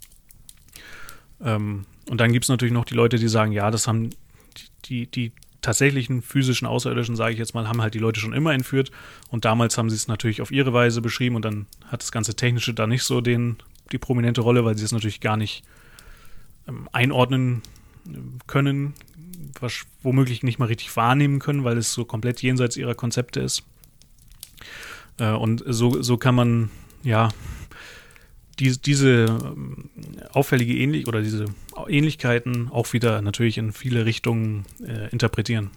Ähm, und dann gibt es natürlich noch die Leute, die sagen, ja, das haben die, die, die tatsächlichen physischen Außerirdischen, sage ich jetzt mal, haben halt die Leute schon immer entführt und damals haben sie es natürlich auf ihre Weise beschrieben und dann hat das ganze Technische da nicht so den, die prominente Rolle, weil sie es natürlich gar nicht ähm, einordnen können, was womöglich nicht mal richtig wahrnehmen können, weil es so komplett jenseits ihrer Konzepte ist. Äh, und so, so kann man, ja, die, diese ähm, auffällige Ähnlich oder diese Ähnlichkeiten auch wieder natürlich in viele Richtungen äh, interpretieren.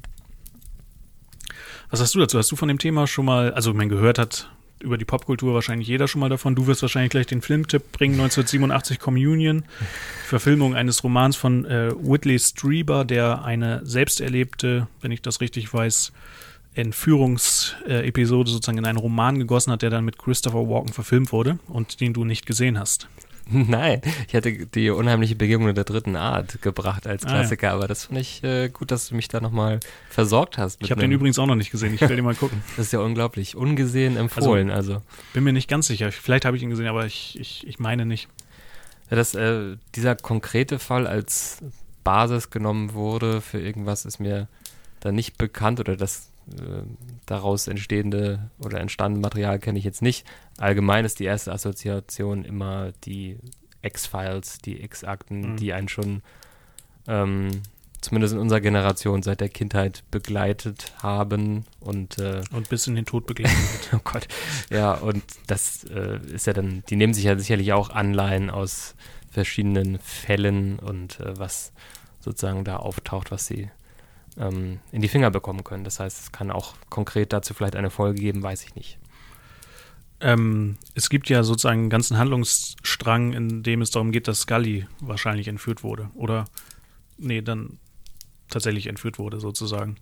Was hast du dazu? Hast du von dem Thema schon mal, also man gehört hat über die Popkultur wahrscheinlich jeder schon mal davon. Du wirst wahrscheinlich gleich den Filmtipp bringen, neunzehnhundertsiebenundachtzig Communion, Verfilmung eines Romans von äh, Whitley Strieber, der eine selbst erlebte, wenn ich das richtig weiß, Entführungsepisode sozusagen in einen Roman gegossen hat, der dann mit Christopher Walken verfilmt wurde und den du nicht gesehen hast. Nein, ich hatte die unheimliche Begegnung der dritten Art gebracht als Klassiker, ah, ja. aber das fand ich äh, gut, dass du mich da nochmal versorgt hast. Ich habe den übrigens auch noch nicht gesehen, ich will den mal gucken. Das ist ja unglaublich, ungesehen empfohlen. Also, also. Bin mir nicht ganz sicher, vielleicht habe ich ihn gesehen, aber ich, ich, ich meine nicht. Ja, dass äh, dieser konkrete Fall als Basis genommen wurde für irgendwas, ist mir da nicht bekannt oder das äh, daraus entstehende oder entstandene Material kenne ich jetzt nicht. Allgemein ist die erste Assoziation immer die X-Files, die X-Akten, mhm. die einen schon ähm, zumindest in unserer Generation seit der Kindheit begleitet haben und äh, und bis in den Tod begleitet wird. Oh Gott. Ja, und das äh, ist ja dann, die nehmen sich ja sicherlich auch Anleihen aus verschiedenen Fällen und äh, was sozusagen da auftaucht, was sie ähm, in die Finger bekommen können. Das heißt, es kann auch konkret dazu vielleicht eine Folge geben, weiß ich nicht. Ähm, es gibt ja sozusagen einen ganzen Handlungsstrang, in dem es darum geht, dass Scully wahrscheinlich entführt wurde. Oder, nee, dann tatsächlich entführt wurde, sozusagen.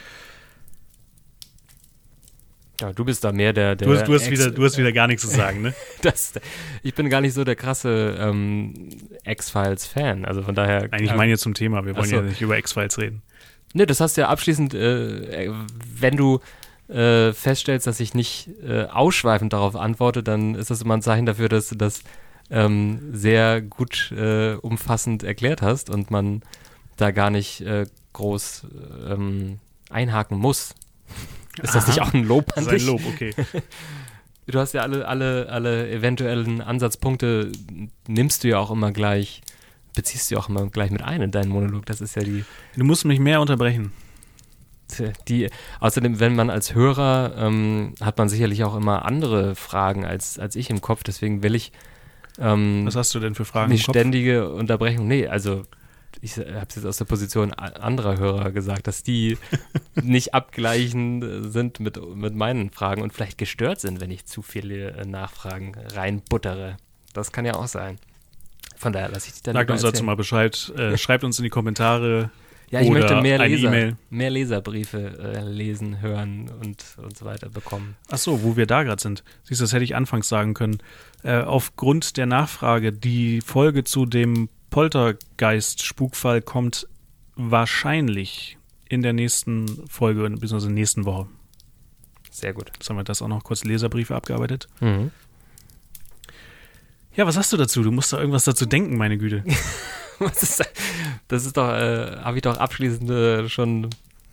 Ja, du bist da mehr der... der du, hast, du, hast wieder, du hast wieder gar nichts zu sagen, ne? das, ich bin gar nicht so der krasse ähm, X-Files-Fan, also von daher... Eigentlich ähm, meine ich zum Thema, wir wollen so. ja nicht über X-Files reden. Ne, das hast du ja abschließend, äh, wenn du äh, feststellst, dass ich nicht äh, ausschweifend darauf antworte, dann ist das immer ein Zeichen dafür, dass du das ähm, sehr gut äh, umfassend erklärt hast und man da gar nicht äh, groß ähm, einhaken muss. Ist das Aha. nicht auch ein Lob an dich? Das ist dich? ein Lob, okay. Du hast ja alle, alle, alle eventuellen Ansatzpunkte, nimmst du ja auch immer gleich, beziehst du auch immer gleich mit ein in deinen Monolog. Das ist ja die... Du musst mich mehr unterbrechen. Die, außerdem, wenn man als Hörer, ähm, hat man sicherlich auch immer andere Fragen als, als ich im Kopf. Deswegen will ich ähm, Was hast du denn für Fragen die im Kopf? ständige Unterbrechung. Nee, also ich habe es jetzt aus der Position anderer Hörer gesagt, dass die nicht abgleichend sind mit, mit meinen Fragen und vielleicht gestört sind, wenn ich zu viele äh, Nachfragen reinbuttere. Das kann ja auch sein. Von daher lasse ich dich dann Sag uns dazu mal Bescheid. Äh, schreibt uns in die Kommentare. Ja, ich oder möchte mehr, eine Leser, E-Mail. mehr Leserbriefe äh, lesen, hören und, und so weiter bekommen. Ach so, wo wir da gerade sind. Siehst du, das hätte ich anfangs sagen können. Äh, aufgrund der Nachfrage, die Folge zu dem Poltergeist-Spukfall kommt wahrscheinlich in der nächsten Folge, beziehungsweise in der nächsten Woche. Sehr gut. Jetzt haben wir das auch noch kurz Leserbriefe abgearbeitet. Mhm. Ja, was hast du dazu? Du musst da irgendwas dazu denken, meine Güte. Was ist das? Das ist doch, äh, habe ich doch abschließend äh, schon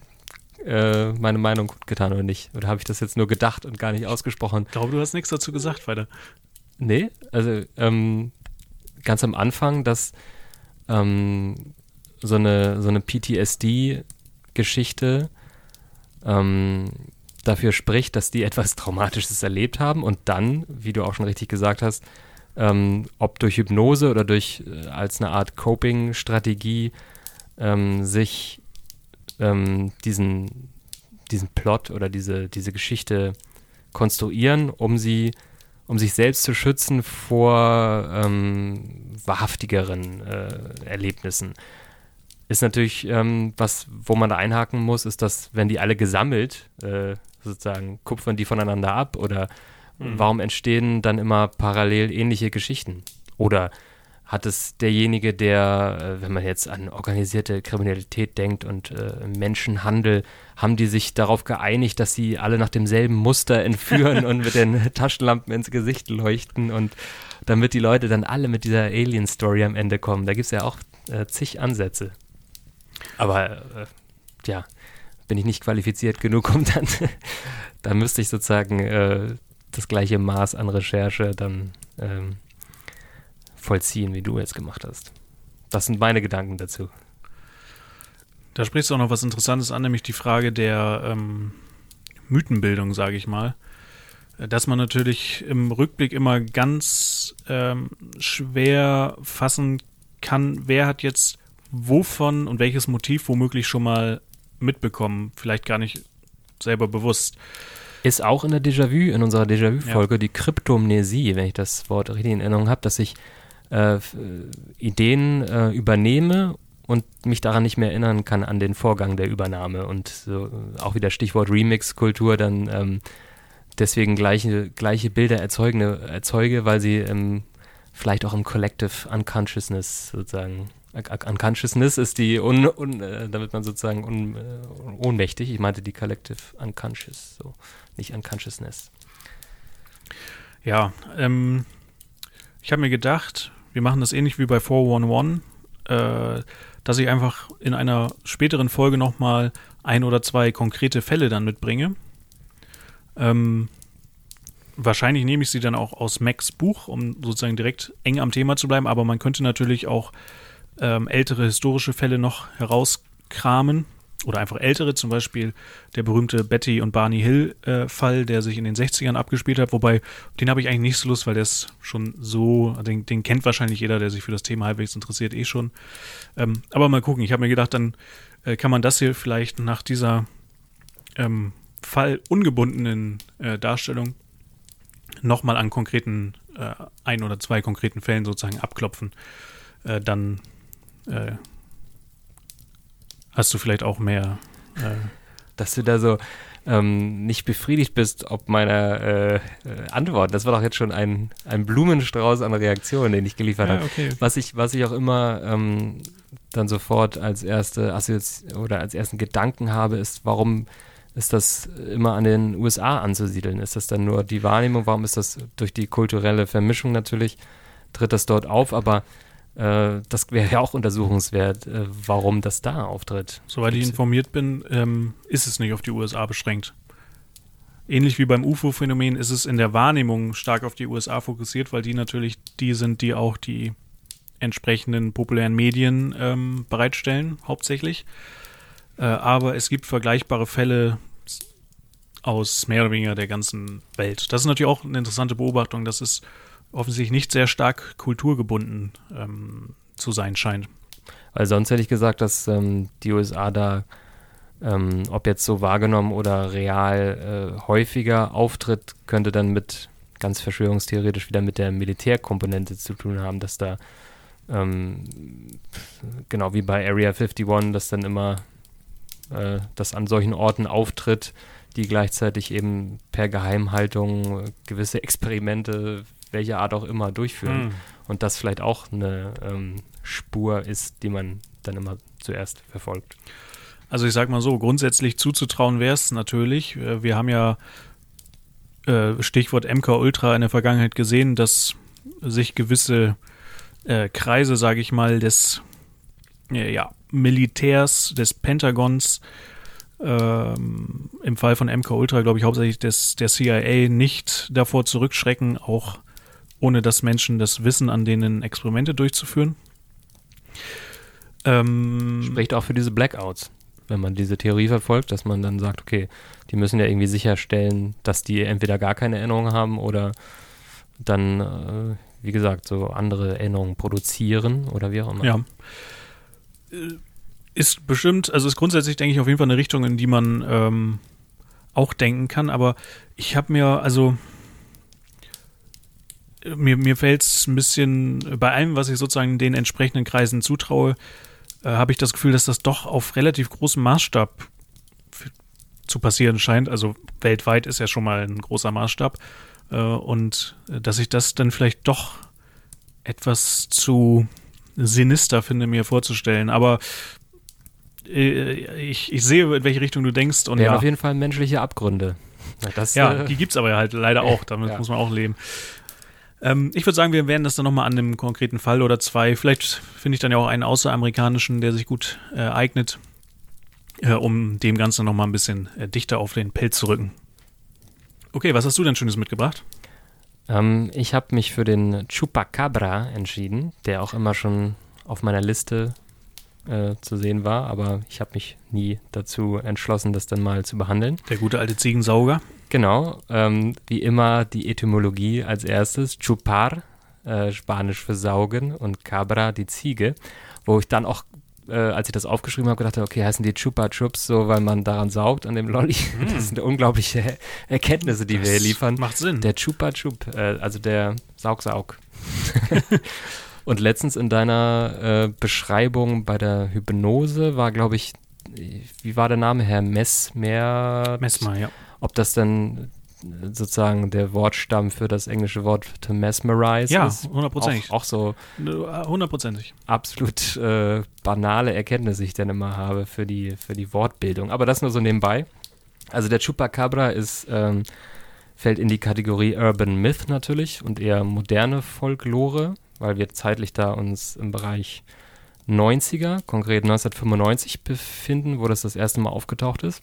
äh, meine Meinung getan oder nicht? Oder habe ich das jetzt nur gedacht und gar nicht ausgesprochen? Ich glaube, du hast nichts dazu gesagt, weiter. Nee, also ähm, ganz am Anfang, dass ähm, so eine, so eine P T S D-Geschichte ähm, dafür spricht, dass die etwas Traumatisches erlebt haben und dann, wie du auch schon richtig gesagt hast, Ähm, ob durch Hypnose oder durch äh, als eine Art Coping-Strategie ähm, sich ähm, diesen, diesen Plot oder diese, diese Geschichte konstruieren, um sie, um sich selbst zu schützen vor ähm, wahrhaftigeren äh, Erlebnissen. Ist natürlich ähm, was, wo man da einhaken muss, ist, dass wenn die alle gesammelt äh, sozusagen kupfern die voneinander ab oder warum entstehen dann immer parallel ähnliche Geschichten? Oder hat es derjenige, der, äh, wenn man jetzt an organisierte Kriminalität denkt und äh, Menschenhandel, haben die sich darauf geeinigt, dass sie alle nach demselben Muster entführen und mit den Taschenlampen ins Gesicht leuchten und damit die Leute dann alle mit dieser Alien-Story am Ende kommen. Da gibt es ja auch äh, zig Ansätze. Aber, äh, ja, bin ich nicht qualifiziert genug, um dann, dann müsste ich sozusagen äh, das gleiche Maß an Recherche dann ähm, vollziehen, wie du jetzt gemacht hast. Das sind meine Gedanken dazu. Da sprichst du auch noch was Interessantes an, nämlich die Frage der ähm, Mythenbildung, sage ich mal. Dass man natürlich im Rückblick immer ganz ähm, schwer fassen kann, wer hat jetzt wovon und welches Motiv womöglich schon mal mitbekommen, vielleicht gar nicht selber bewusst. Ist auch in der Déjà-vu, in unserer Déjà-vu-Folge, ja. die Kryptomnesie, wenn ich das Wort richtig in Erinnerung habe, dass ich äh, Ideen äh, übernehme und mich daran nicht mehr erinnern kann an den Vorgang der Übernahme und so, auch wieder Stichwort Remix-Kultur, dann ähm, deswegen gleiche, gleiche Bilder erzeugende, erzeuge, weil sie ähm, vielleicht auch im Collective Unconsciousness sozusagen, Unconsciousness ist die, un, un, äh, damit man sozusagen un, äh, ohnmächtig, ich meinte die Collective Unconscious, so, nicht Unconsciousness. Ja, ähm, ich habe mir gedacht, wir machen das ähnlich wie bei vier eins eins, äh, dass ich einfach in einer späteren Folge nochmal ein oder zwei konkrete Fälle dann mitbringe. Ähm, wahrscheinlich nehme ich sie dann auch aus Macs Buch, um sozusagen direkt eng am Thema zu bleiben, aber man könnte natürlich auch ähm, ältere historische Fälle noch herauskramen oder einfach ältere, zum Beispiel der berühmte Betty und Barney Hill äh, Fall, der sich in den sechzigern abgespielt hat, wobei den habe ich eigentlich nicht so Lust, weil der ist schon so, den, den kennt wahrscheinlich jeder, der sich für das Thema halbwegs interessiert, eh schon. Ähm, aber mal gucken, ich habe mir gedacht, dann äh, kann man das hier vielleicht nach dieser ähm, Fall ungebundenen äh, Darstellung nochmal an konkreten, äh, ein oder zwei konkreten Fällen sozusagen abklopfen. Äh, dann äh, hast du vielleicht auch mehr. Äh, Dass du da so ähm, nicht befriedigt bist ob meiner äh, äh, Antwort. Das war doch jetzt schon ein, ein Blumenstrauß an Reaktionen, den ich geliefert ja, habe. okay. Was ich, was ich auch immer ähm, dann sofort als erste Assozi- oder als ersten Gedanken habe, ist, warum ist das immer an den U S A anzusiedeln? Ist das dann nur die Wahrnehmung? Warum ist das durch die kulturelle Vermischung natürlich, tritt das dort auf? Aber äh, das wäre ja auch untersuchungswert, äh, warum das da auftritt. Soweit ich informiert bin, ähm, ist es nicht auf die U S A beschränkt. Ähnlich wie beim U F O-Phänomen ist es in der Wahrnehmung stark auf die U S A fokussiert, weil die natürlich die sind, die auch die entsprechenden populären Medien ähm, bereitstellen, hauptsächlich. Äh, aber es gibt vergleichbare Fälle aus mehr oder weniger der ganzen Welt. Das ist natürlich auch eine interessante Beobachtung, dass es offensichtlich nicht sehr stark kulturgebunden ähm, zu sein scheint. Weil sonst hätte ich gesagt, dass ähm, die U S A da, ähm, ob jetzt so wahrgenommen oder real äh, häufiger auftritt, könnte dann mit, ganz verschwörungstheoretisch, wieder mit der Militärkomponente zu tun haben, dass da ähm, genau wie bei Area einundfünfzig, dass dann immer äh, das an solchen Orten auftritt, die gleichzeitig eben per Geheimhaltung äh, gewisse Experimente, welcher Art auch immer, durchführen. Hm. Und das vielleicht auch eine ähm, Spur ist, die man dann immer zuerst verfolgt. Also ich sag mal so, grundsätzlich zuzutrauen wäre es natürlich. Wir haben ja äh, Stichwort M K Ultra in der Vergangenheit gesehen, dass sich gewisse äh, Kreise, sage ich mal, des äh, ja, Militärs, des Pentagons, ähm, im Fall von M K Ultra, glaube ich, hauptsächlich des, der C I A nicht davor zurückschrecken, auch ohne dass Menschen das wissen, an denen Experimente durchzuführen. Ähm, Spricht auch für diese Blackouts, wenn man diese Theorie verfolgt, dass man dann sagt, okay, die müssen ja irgendwie sicherstellen, dass die entweder gar keine Erinnerungen haben oder dann, äh, wie gesagt, so andere Erinnerungen produzieren oder wie auch immer. Ja. Ist bestimmt, also ist grundsätzlich, denke ich, auf jeden Fall eine Richtung, in die man ähm, auch denken kann, aber ich habe mir, also mir, mir fällt es ein bisschen, bei allem, was ich sozusagen den entsprechenden Kreisen zutraue, äh, habe ich das Gefühl, dass das doch auf relativ großem Maßstab f- zu passieren scheint. Also weltweit ist ja schon mal ein großer Maßstab. Äh, und äh, dass sich das dann vielleicht doch etwas zu sinister finde, mir vorzustellen. Aber äh, ich, ich sehe, in welche Richtung du denkst. Und Der ja, hat auf jeden Fall menschliche Abgründe. Na, das, ja, äh, die gibt's aber halt leider auch. Damit ja. muss man auch leben. Ähm, ich würde sagen, wir werden das dann nochmal an einem konkreten Fall oder zwei. Vielleicht finde ich dann ja auch einen außeramerikanischen, der sich gut äh, eignet, äh, um dem Ganzen nochmal ein bisschen äh, dichter auf den Pelz zu rücken. Okay, was hast du denn Schönes mitgebracht? Ähm, ich habe mich für den Chupacabra entschieden, der auch immer schon auf meiner Liste äh, zu sehen war, aber ich habe mich nie dazu entschlossen, das dann mal zu behandeln. Der gute alte Ziegensauger. Genau, ähm, wie immer die Etymologie als erstes. Chupar, äh, Spanisch für saugen, und Cabra, die Ziege, wo ich dann auch, äh, als ich das aufgeschrieben habe, gedacht habe, okay, heißen die Chupa Chups so, weil man daran saugt an dem Lolli. Mm. Das sind unglaubliche Erkenntnisse, die das wir hier liefern. Macht Sinn. Der Chupa Chup, äh, also der Saugsaug. Und letztens in deiner äh, Beschreibung bei der Hypnose war, glaube ich, wie war der Name, Herr Messmer? Messmer, ja. Ob das dann sozusagen der Wortstamm für das englische Wort to mesmerize ja, ist. hundertprozentig. Auch, auch so hundertprozentig. absolut äh, banale Erkenntnisse, die ich dann immer habe für die, für die Wortbildung. Aber das nur so nebenbei. Also der Chupacabra ist, ähm, fällt in die Kategorie Urban Myth natürlich und eher moderne Folklore, weil wir zeitlich da uns im Bereich neunziger, konkret neunzehnhundertfünfundneunzig befinden, wo das das erste Mal aufgetaucht ist.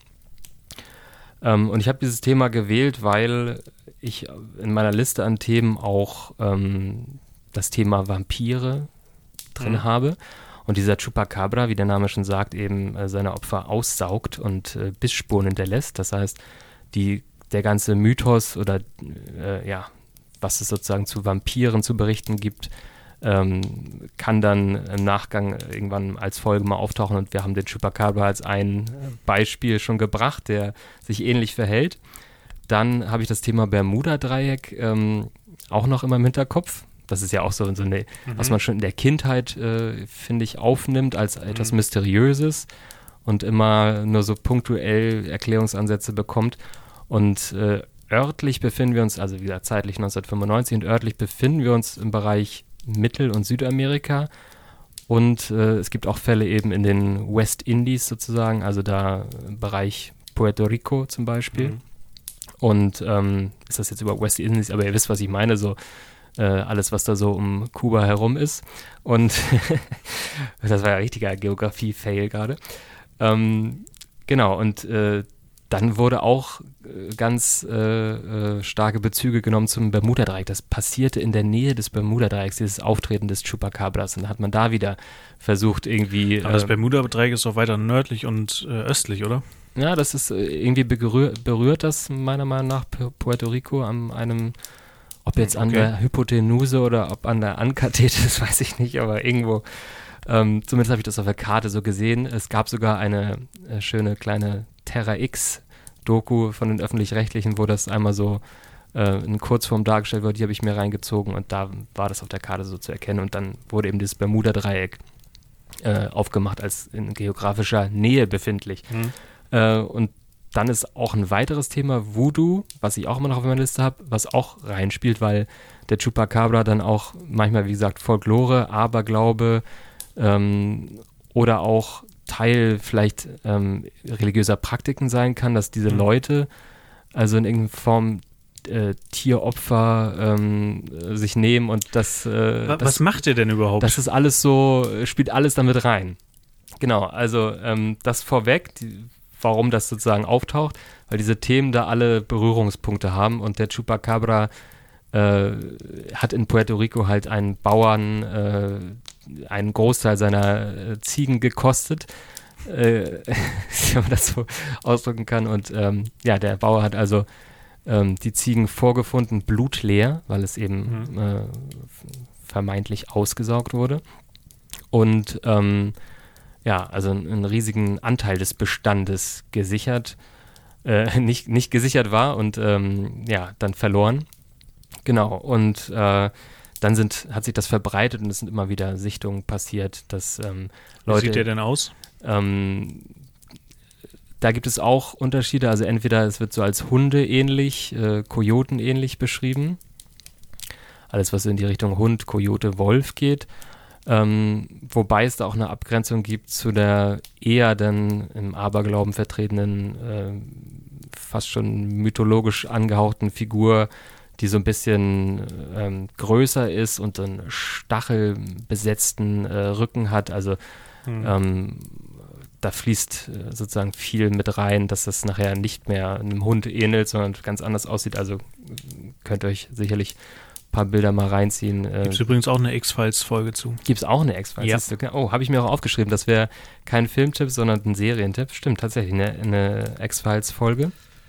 Ähm, und ich habe dieses Thema gewählt, weil ich in meiner Liste an Themen auch ähm, das Thema Vampire drin mhm. habe. Und dieser Chupacabra, wie der Name schon sagt, eben äh, seine Opfer aussaugt und äh, Bissspuren hinterlässt. Das heißt, die, der ganze Mythos oder äh, ja, was es sozusagen zu Vampiren zu berichten gibt, ähm, kann dann im Nachgang irgendwann als Folge mal auftauchen. Und wir haben den Chupacabra als ein Beispiel schon gebracht, der sich ähnlich verhält. Dann habe ich das Thema Bermuda-Dreieck ähm, auch noch immer im Hinterkopf. Das ist ja auch so, so eine, mhm. was man schon in der Kindheit, äh, finde ich, aufnimmt als etwas mhm. Mysteriöses und immer nur so punktuell Erklärungsansätze bekommt. Und äh, örtlich befinden wir uns, also wieder zeitlich neunzehnhundertfünfundneunzig, und örtlich befinden wir uns im Bereich Mittel- und Südamerika. Und äh, es gibt auch Fälle eben in den West Indies sozusagen, also da im Bereich Puerto Rico zum Beispiel. Mhm. Und ähm, ist das jetzt über West Indies, aber ihr wisst, was ich meine, so äh, alles, was da so um Kuba herum ist. Und das war ja ein richtiger Geografie-Fail gerade. Ähm, genau, und äh, dann wurde auch äh, ganz äh, äh, starke Bezüge genommen zum Bermuda-Dreieck. Das passierte in der Nähe des Bermuda-Dreiecks, dieses Auftreten des Chupacabras. Und dann hat man da wieder versucht irgendwie... Aber das äh, Bermuda-Dreieck ist doch weiter nördlich und äh, östlich, oder? Ja, das ist äh, irgendwie berühr, berührt das meiner Meinung nach Pu- Puerto Rico an einem, ob jetzt an Okay. der Hypotenuse oder ob an der Ankathete, das weiß ich nicht, aber irgendwo, ähm, zumindest habe ich das auf der Karte so gesehen. Es gab sogar eine äh, schöne kleine Terra X-Doku von den Öffentlich-Rechtlichen, wo das einmal so äh, in Kurzform dargestellt wird, die habe ich mir reingezogen und da war das auf der Karte so zu erkennen und dann wurde eben dieses Bermuda-Dreieck äh, aufgemacht als in geografischer Nähe befindlich. Mhm. Äh, und dann ist auch ein weiteres Thema Voodoo, was ich auch immer noch auf meiner Liste habe, was auch reinspielt, weil der Chupacabra dann auch manchmal, wie gesagt, Folklore, Aberglaube ähm, oder auch Teil vielleicht ähm, religiöser Praktiken sein kann, dass diese Mhm. Leute also in irgendeiner Form äh, Tieropfer ähm, äh, sich nehmen und das, äh, Wa- das Was macht ihr denn überhaupt? das ist alles so, spielt alles damit rein. Genau, also ähm, das vorweg, die, warum das sozusagen auftaucht, weil diese Themen da alle Berührungspunkte haben und der Chupacabra äh, hat in Puerto Rico halt einen Bauern äh, einen Großteil seiner äh, Ziegen gekostet, äh, wenn man das so ausdrücken kann. Und ähm, ja, der Bauer hat also ähm, die Ziegen vorgefunden, blutleer, weil es eben Mhm. äh, vermeintlich ausgesaugt wurde. Und ähm, ja, also einen, einen riesigen Anteil des Bestandes gesichert, äh, nicht, nicht gesichert war und ähm, ja, dann verloren. Genau, und äh, dann sind, hat sich das verbreitet und es sind immer wieder Sichtungen passiert, dass ähm, Wie Leute... sieht der denn aus? Ähm, da gibt es auch Unterschiede, also entweder es wird so als Hunde ähnlich, äh, Kojoten ähnlich beschrieben. alles, was in die Richtung Hund, Kojote, Wolf geht. Ähm, wobei es da auch eine Abgrenzung gibt zu der eher dann im Aberglauben vertretenen, äh, fast schon mythologisch angehauchten Figur, die so ein bisschen ähm, größer ist und einen stachelbesetzten äh, Rücken hat. Also hm. ähm, da fließt äh, sozusagen viel mit rein, dass das nachher nicht mehr einem Hund ähnelt, sondern ganz anders aussieht. Also könnt ihr euch sicherlich ein paar Bilder mal reinziehen. Gibt es übrigens auch eine X-Files-Folge zu. Gibt es auch eine X-Files? Ja. Oh, habe ich mir auch aufgeschrieben. Das wäre kein Filmtipp, sondern ein Serientipp. Stimmt, tatsächlich eine, eine X-Files-Folge.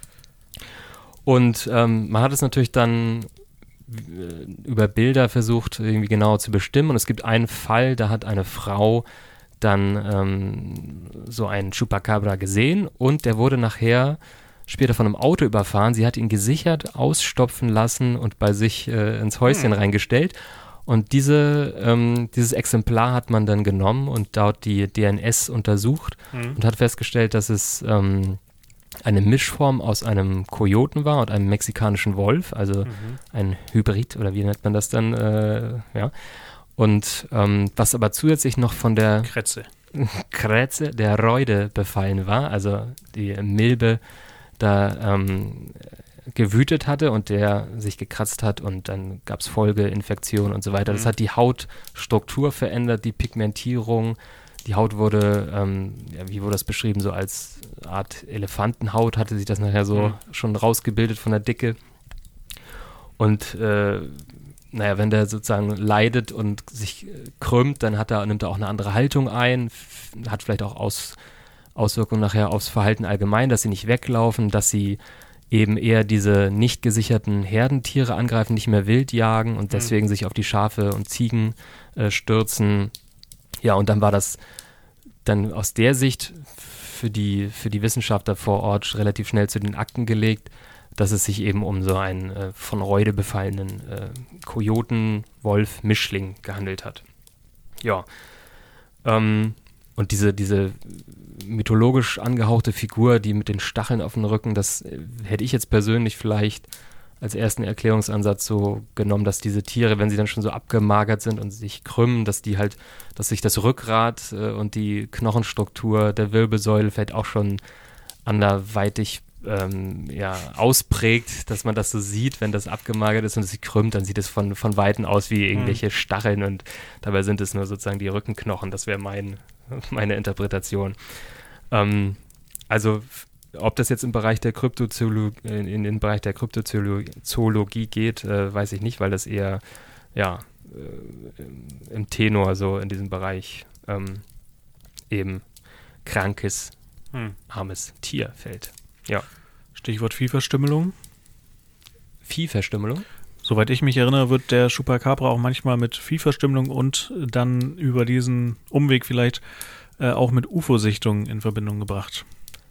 Und ähm, man hat es natürlich dann über Bilder versucht, irgendwie genauer zu bestimmen. Und es gibt einen Fall, da hat eine Frau dann ähm, so einen Chupacabra gesehen und der wurde nachher später von einem Auto überfahren. Sie hat ihn gesichert, ausstopfen lassen und bei sich äh, ins Häuschen hm. reingestellt. Und diese, ähm, dieses Exemplar hat man dann genommen und dort die D N S untersucht hm. und hat festgestellt, dass es ähm, eine Mischform aus einem Kojoten war und einem mexikanischen Wolf, also mhm. ein Hybrid oder wie nennt man das dann, äh, ja. Und ähm, was aber zusätzlich noch von der Krätze. Krätze, der Räude befallen war, also die Milbe da ähm, gewütet hatte und der sich gekratzt hat und dann gab es Folgeinfektionen und so weiter. Mhm. Das hat die Hautstruktur verändert, die Pigmentierung. Die Haut wurde, ähm, ja, wie wurde das beschrieben, so als Art Elefantenhaut hatte sich das nachher so mhm. schon rausgebildet von der Dicke. Und äh, naja, wenn der sozusagen leidet und sich äh, krümmt, dann hat er, nimmt er auch eine andere Haltung ein, f- hat vielleicht auch Aus, Auswirkungen nachher aufs Verhalten allgemein, dass sie nicht weglaufen, dass sie eben eher diese nicht gesicherten Herdentiere angreifen, nicht mehr wild jagen und deswegen mhm. sich auf die Schafe und Ziegen äh, stürzen. Ja, und dann war das dann aus der Sicht für die, für die Wissenschaftler vor Ort relativ schnell zu den Akten gelegt, dass es sich eben um so einen äh, von Räude befallenen äh, Kojoten-Wolf-Mischling gehandelt hat. Ja. Ähm, und diese, diese mythologisch angehauchte Figur, die mit den Stacheln auf dem Rücken, das äh, hätte ich jetzt persönlich vielleicht als ersten Erklärungsansatz so genommen, dass diese Tiere, wenn sie dann schon so abgemagert sind und sich krümmen, dass die halt, dass sich das Rückgrat äh, und die Knochenstruktur der Wirbelsäule vielleicht auch schon anderweitig ähm, ja, ausprägt, dass man das so sieht, wenn das abgemagert ist und es sich krümmt, dann sieht es von, von Weitem aus wie irgendwelche mhm. Stacheln und dabei sind es nur sozusagen die Rückenknochen. Das wäre mein, meine Interpretation. Ähm, also ob das jetzt im Bereich der Kryptozoologie, in, in den Bereich der Kryptozoologie geht, äh, weiß ich nicht, weil das eher ja, äh, im Tenor so in diesem Bereich ähm, eben krankes, hm. armes Tier fällt. Ja. Stichwort Viehverstümmelung. Viehverstümmelung? Soweit ich mich erinnere, wird der Chupacabra auch manchmal mit Viehverstümmelung und dann über diesen Umweg vielleicht äh, auch mit U F O-Sichtungen in Verbindung gebracht.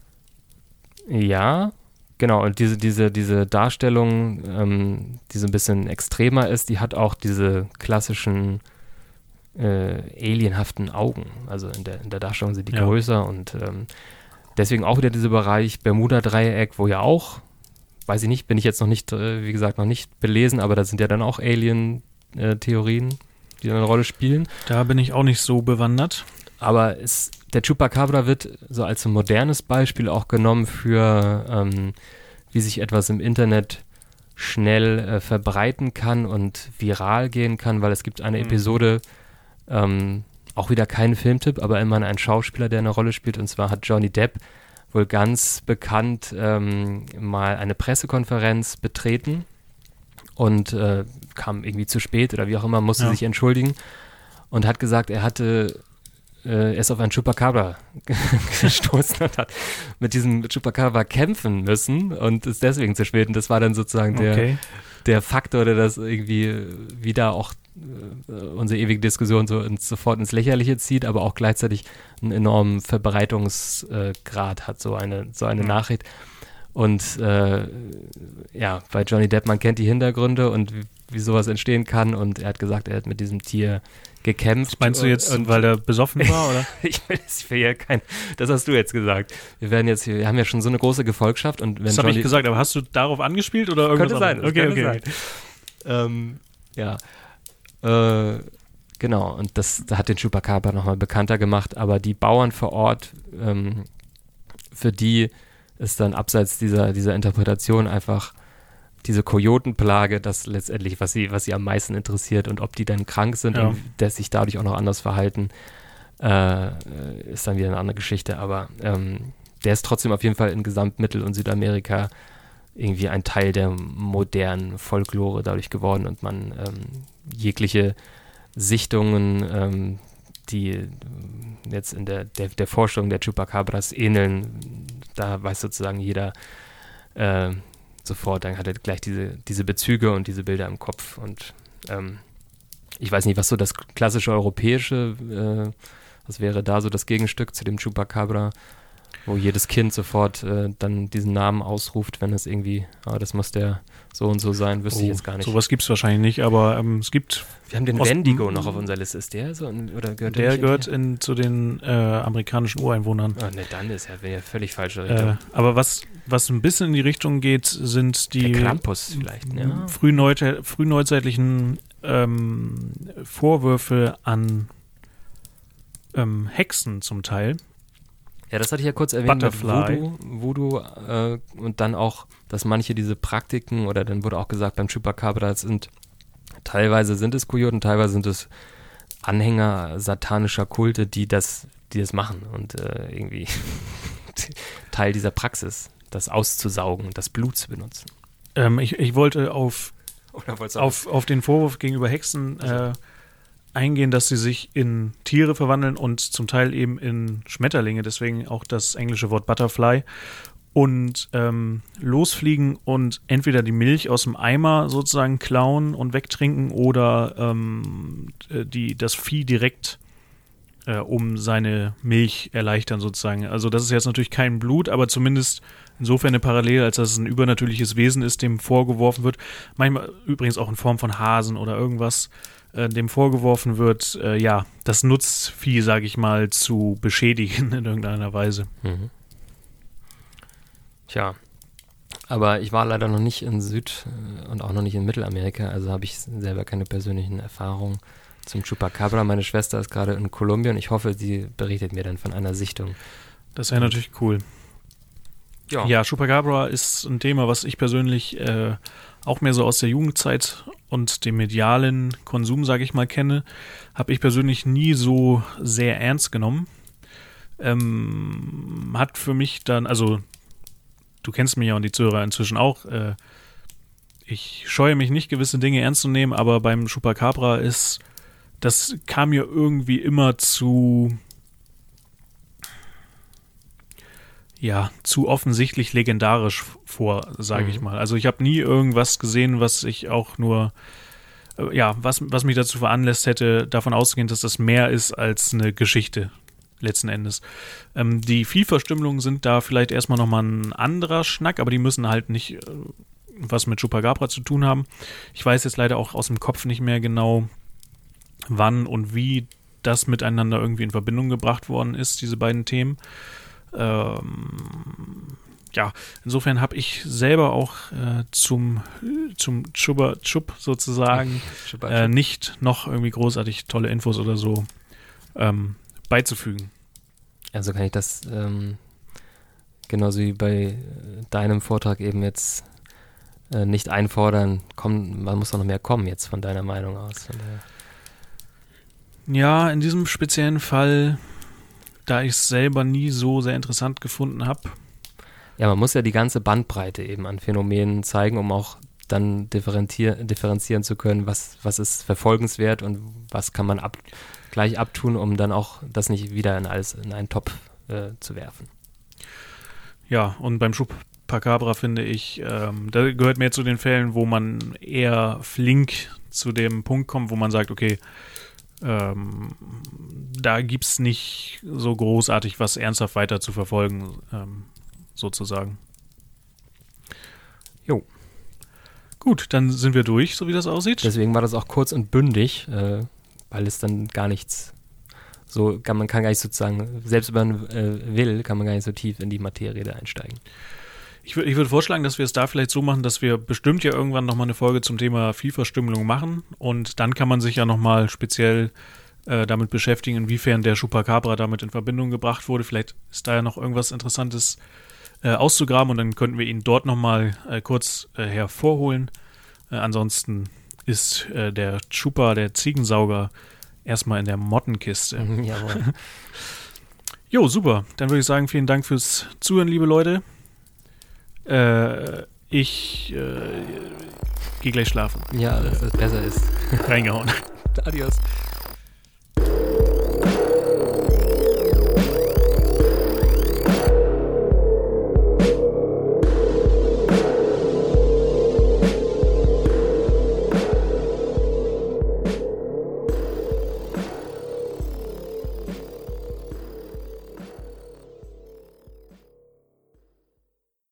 Ja, genau. Und diese, diese, diese Darstellung, ähm, die so ein bisschen extremer ist, die hat auch diese klassischen äh, alienhaften Augen. Also in der, in der Darstellung sind die ja. größer und ähm, deswegen auch wieder dieser Bereich Bermuda-Dreieck, wo ja auch, weiß ich nicht, bin ich jetzt noch nicht, äh, wie gesagt, noch nicht belesen, aber da sind ja dann auch Alien-Theorien, äh, die eine Rolle spielen. Da bin ich auch nicht so bewandert. Aber es, der Chupacabra wird so als ein modernes Beispiel auch genommen für, ähm, wie sich etwas im Internet schnell äh, verbreiten kann und viral gehen kann, weil es gibt eine mhm. Episode, ähm, auch wieder kein Filmtipp, aber immerhin ein Schauspieler, der eine Rolle spielt, und zwar hat Johnny Depp wohl ganz bekannt ähm, mal eine Pressekonferenz betreten und äh, kam irgendwie zu spät oder wie auch immer, musste ja. sich entschuldigen und hat gesagt, er hatte er ist auf einen Chupacabra gestoßen und hat mit diesem Chupacabra kämpfen müssen und ist deswegen zu spät. Und das war dann sozusagen der, okay. der Faktor, der das irgendwie wieder auch äh, unsere ewige Diskussion so ins, sofort ins Lächerliche zieht, aber auch gleichzeitig einen enormen Verbreitungsgrad hat, so eine, so eine mhm. Nachricht. Und äh, ja, bei Johnny Depp, man kennt die Hintergründe und wie, wie sowas entstehen kann. Und er hat gesagt, er hat mit diesem Tier gekämpft. Was meinst du jetzt, und, weil er besoffen war, oder? ich will das für hier kein, das hast du jetzt gesagt. Wir werden jetzt, wir haben ja schon so eine große Gefolgschaft und wenn das habe ich gesagt, aber hast du darauf angespielt oder irgendwas? Könnte sein. Okay, okay. Sein. Ähm, Ja, äh, genau. Und das hat den Chupacabra nochmal bekannter gemacht. Aber die Bauern vor Ort, ähm, für die ist dann abseits dieser, dieser Interpretation einfach diese Kojotenplage, das letztendlich, was sie, was sie am meisten interessiert, und ob die dann krank sind Ja. und dass sich dadurch auch noch anders verhalten, äh, ist dann wieder eine andere Geschichte. Aber ähm, der ist trotzdem auf jeden Fall in Gesamtmittel- und Südamerika irgendwie ein Teil der modernen Folklore dadurch geworden, und man ähm, jegliche Sichtungen, ähm, die jetzt in der, der, der Vorstellung der Chupacabras ähneln, da weiß sozusagen jeder äh, sofort, dann hat er gleich diese, diese Bezüge und diese Bilder im Kopf. Und ähm, ich weiß nicht, was so das klassische europäische, äh, was wäre da so das Gegenstück zu dem Chupacabra, wo jedes Kind sofort äh, dann diesen Namen ausruft, wenn es irgendwie, ah, das muss der so und so sein, wüsste Oh, ich jetzt gar nicht. Sowas gibt es wahrscheinlich nicht, aber ähm, es gibt. Wir haben den Ost- Wendigo noch auf unserer Liste. Ist der so? Oder gehört Der nicht gehört in in, zu den äh, amerikanischen Ureinwohnern. die? Oh, ne, dann ist er ja völlig falsche Richtung. Äh, aber was, was ein bisschen in die Richtung geht, sind die der Krampus vielleicht, ja. frühneute, frühneuzeitlichen ähm, Vorwürfe an ähm, Hexen zum Teil. Ja, das hatte ich ja kurz erwähnt Butterfly. mit Voodoo, Voodoo äh, und dann auch, dass manche diese Praktiken, oder dann wurde auch gesagt, beim Chupacabra sind, teilweise sind es Kojoten, teilweise sind es Anhänger satanischer Kulte, die das, die das machen und äh, irgendwie Teil dieser Praxis, das auszusaugen und das Blut zu benutzen. Ähm, ich, ich wollte auf, Oder wolltest du auf, auf den Vorwurf gegenüber Hexen äh, eingehen, dass sie sich in Tiere verwandeln und zum Teil eben in Schmetterlinge, deswegen auch das englische Wort Butterfly, und ähm, losfliegen und entweder die Milch aus dem Eimer sozusagen klauen und wegtrinken oder ähm, die, das Vieh direkt äh, um seine Milch erleichtern sozusagen. Also das ist jetzt natürlich kein Blut, aber zumindest insofern eine Parallele, als dass es ein übernatürliches Wesen ist, dem vorgeworfen wird. Manchmal übrigens auch in Form von Hasen oder irgendwas, äh, dem vorgeworfen wird, äh, ja, das Nutzvieh, sage ich mal, zu beschädigen in irgendeiner Weise. Mhm. Tja, aber ich war leider noch nicht in Süd- und auch noch nicht in Mittelamerika, also habe ich selber keine persönlichen Erfahrungen zum Chupacabra. Meine Schwester ist gerade in Kolumbien. Ich hoffe, sie berichtet mir dann von einer Sichtung. Das wäre natürlich cool. Ja. Ja, Chupacabra ist ein Thema, was ich persönlich äh, auch mehr so aus der Jugendzeit und dem medialen Konsum, sage ich mal, kenne. Habe ich persönlich nie so sehr ernst genommen. Ähm, hat für mich dann, also du kennst mich ja und die Zuhörer inzwischen auch, äh, ich scheue mich nicht, gewisse Dinge ernst zu nehmen, aber beim Chupacabra ist, das kam mir irgendwie immer zu, ja, zu offensichtlich legendarisch vor, sage Mhm. ich mal. Also ich habe nie irgendwas gesehen, was ich auch nur, äh, ja, was, was mich dazu veranlasst hätte, davon auszugehen, dass das mehr ist als eine Geschichte, letzten Endes. Ähm, die Viehverstümmelungen sind da vielleicht erstmal nochmal ein anderer Schnack, aber die müssen halt nicht äh, was mit Chupacabra zu tun haben. Ich weiß jetzt leider auch aus dem Kopf nicht mehr genau, wann und wie das miteinander irgendwie in Verbindung gebracht worden ist, diese beiden Themen. Ähm, ja, insofern habe ich selber auch äh, zum, zum Chupa Chup sozusagen äh, nicht noch irgendwie großartig tolle Infos oder so ähm, beizufügen. Also kann ich das ähm, genauso wie bei äh, deinem Vortrag eben jetzt äh, nicht einfordern. Komm, man muss doch noch mehr kommen jetzt von deiner Meinung aus. Von der Ja, in diesem speziellen Fall, da ich es selber nie so sehr interessant gefunden habe. Ja, man muss ja die ganze Bandbreite eben an Phänomenen zeigen, um auch dann differenzier- differenzieren zu können, was, was ist verfolgenswert und was kann man ab, gleich abtun, um dann auch das nicht wieder in alles in einen Topf äh, zu werfen. Ja, und beim Chupacabra finde ich, ähm, da gehört mehr zu den Fällen, wo man eher flink zu dem Punkt kommt, wo man sagt, okay, ähm, da gibt es nicht so großartig was ernsthaft weiter zu verfolgen, ähm, sozusagen. Jo. Gut, dann sind wir durch, so wie das aussieht. Deswegen war das auch kurz und bündig, äh, weil es dann gar nichts so, kann, man kann gar nicht sozusagen, selbst wenn man äh, will, kann man gar nicht so tief in die Materie da einsteigen. Ich, wür- ich würde vorschlagen, dass wir es da vielleicht so machen, dass wir bestimmt ja irgendwann nochmal eine Folge zum Thema Viehverstümmelung machen und dann kann man sich ja nochmal speziell äh, damit beschäftigen, inwiefern der Chupacabra damit in Verbindung gebracht wurde. Vielleicht ist da ja noch irgendwas Interessantes äh, auszugraben und dann könnten wir ihn dort nochmal äh, kurz äh, hervorholen. Äh, ansonsten ist äh, der Chupa, der Ziegensauger, erstmal in der Mottenkiste. Jawohl. Jo, super. Dann würde ich sagen, vielen Dank fürs Zuhören, liebe Leute. Äh, ich äh, gehe gleich schlafen. Ja, dass es besser ist. Reingehauen. Adios.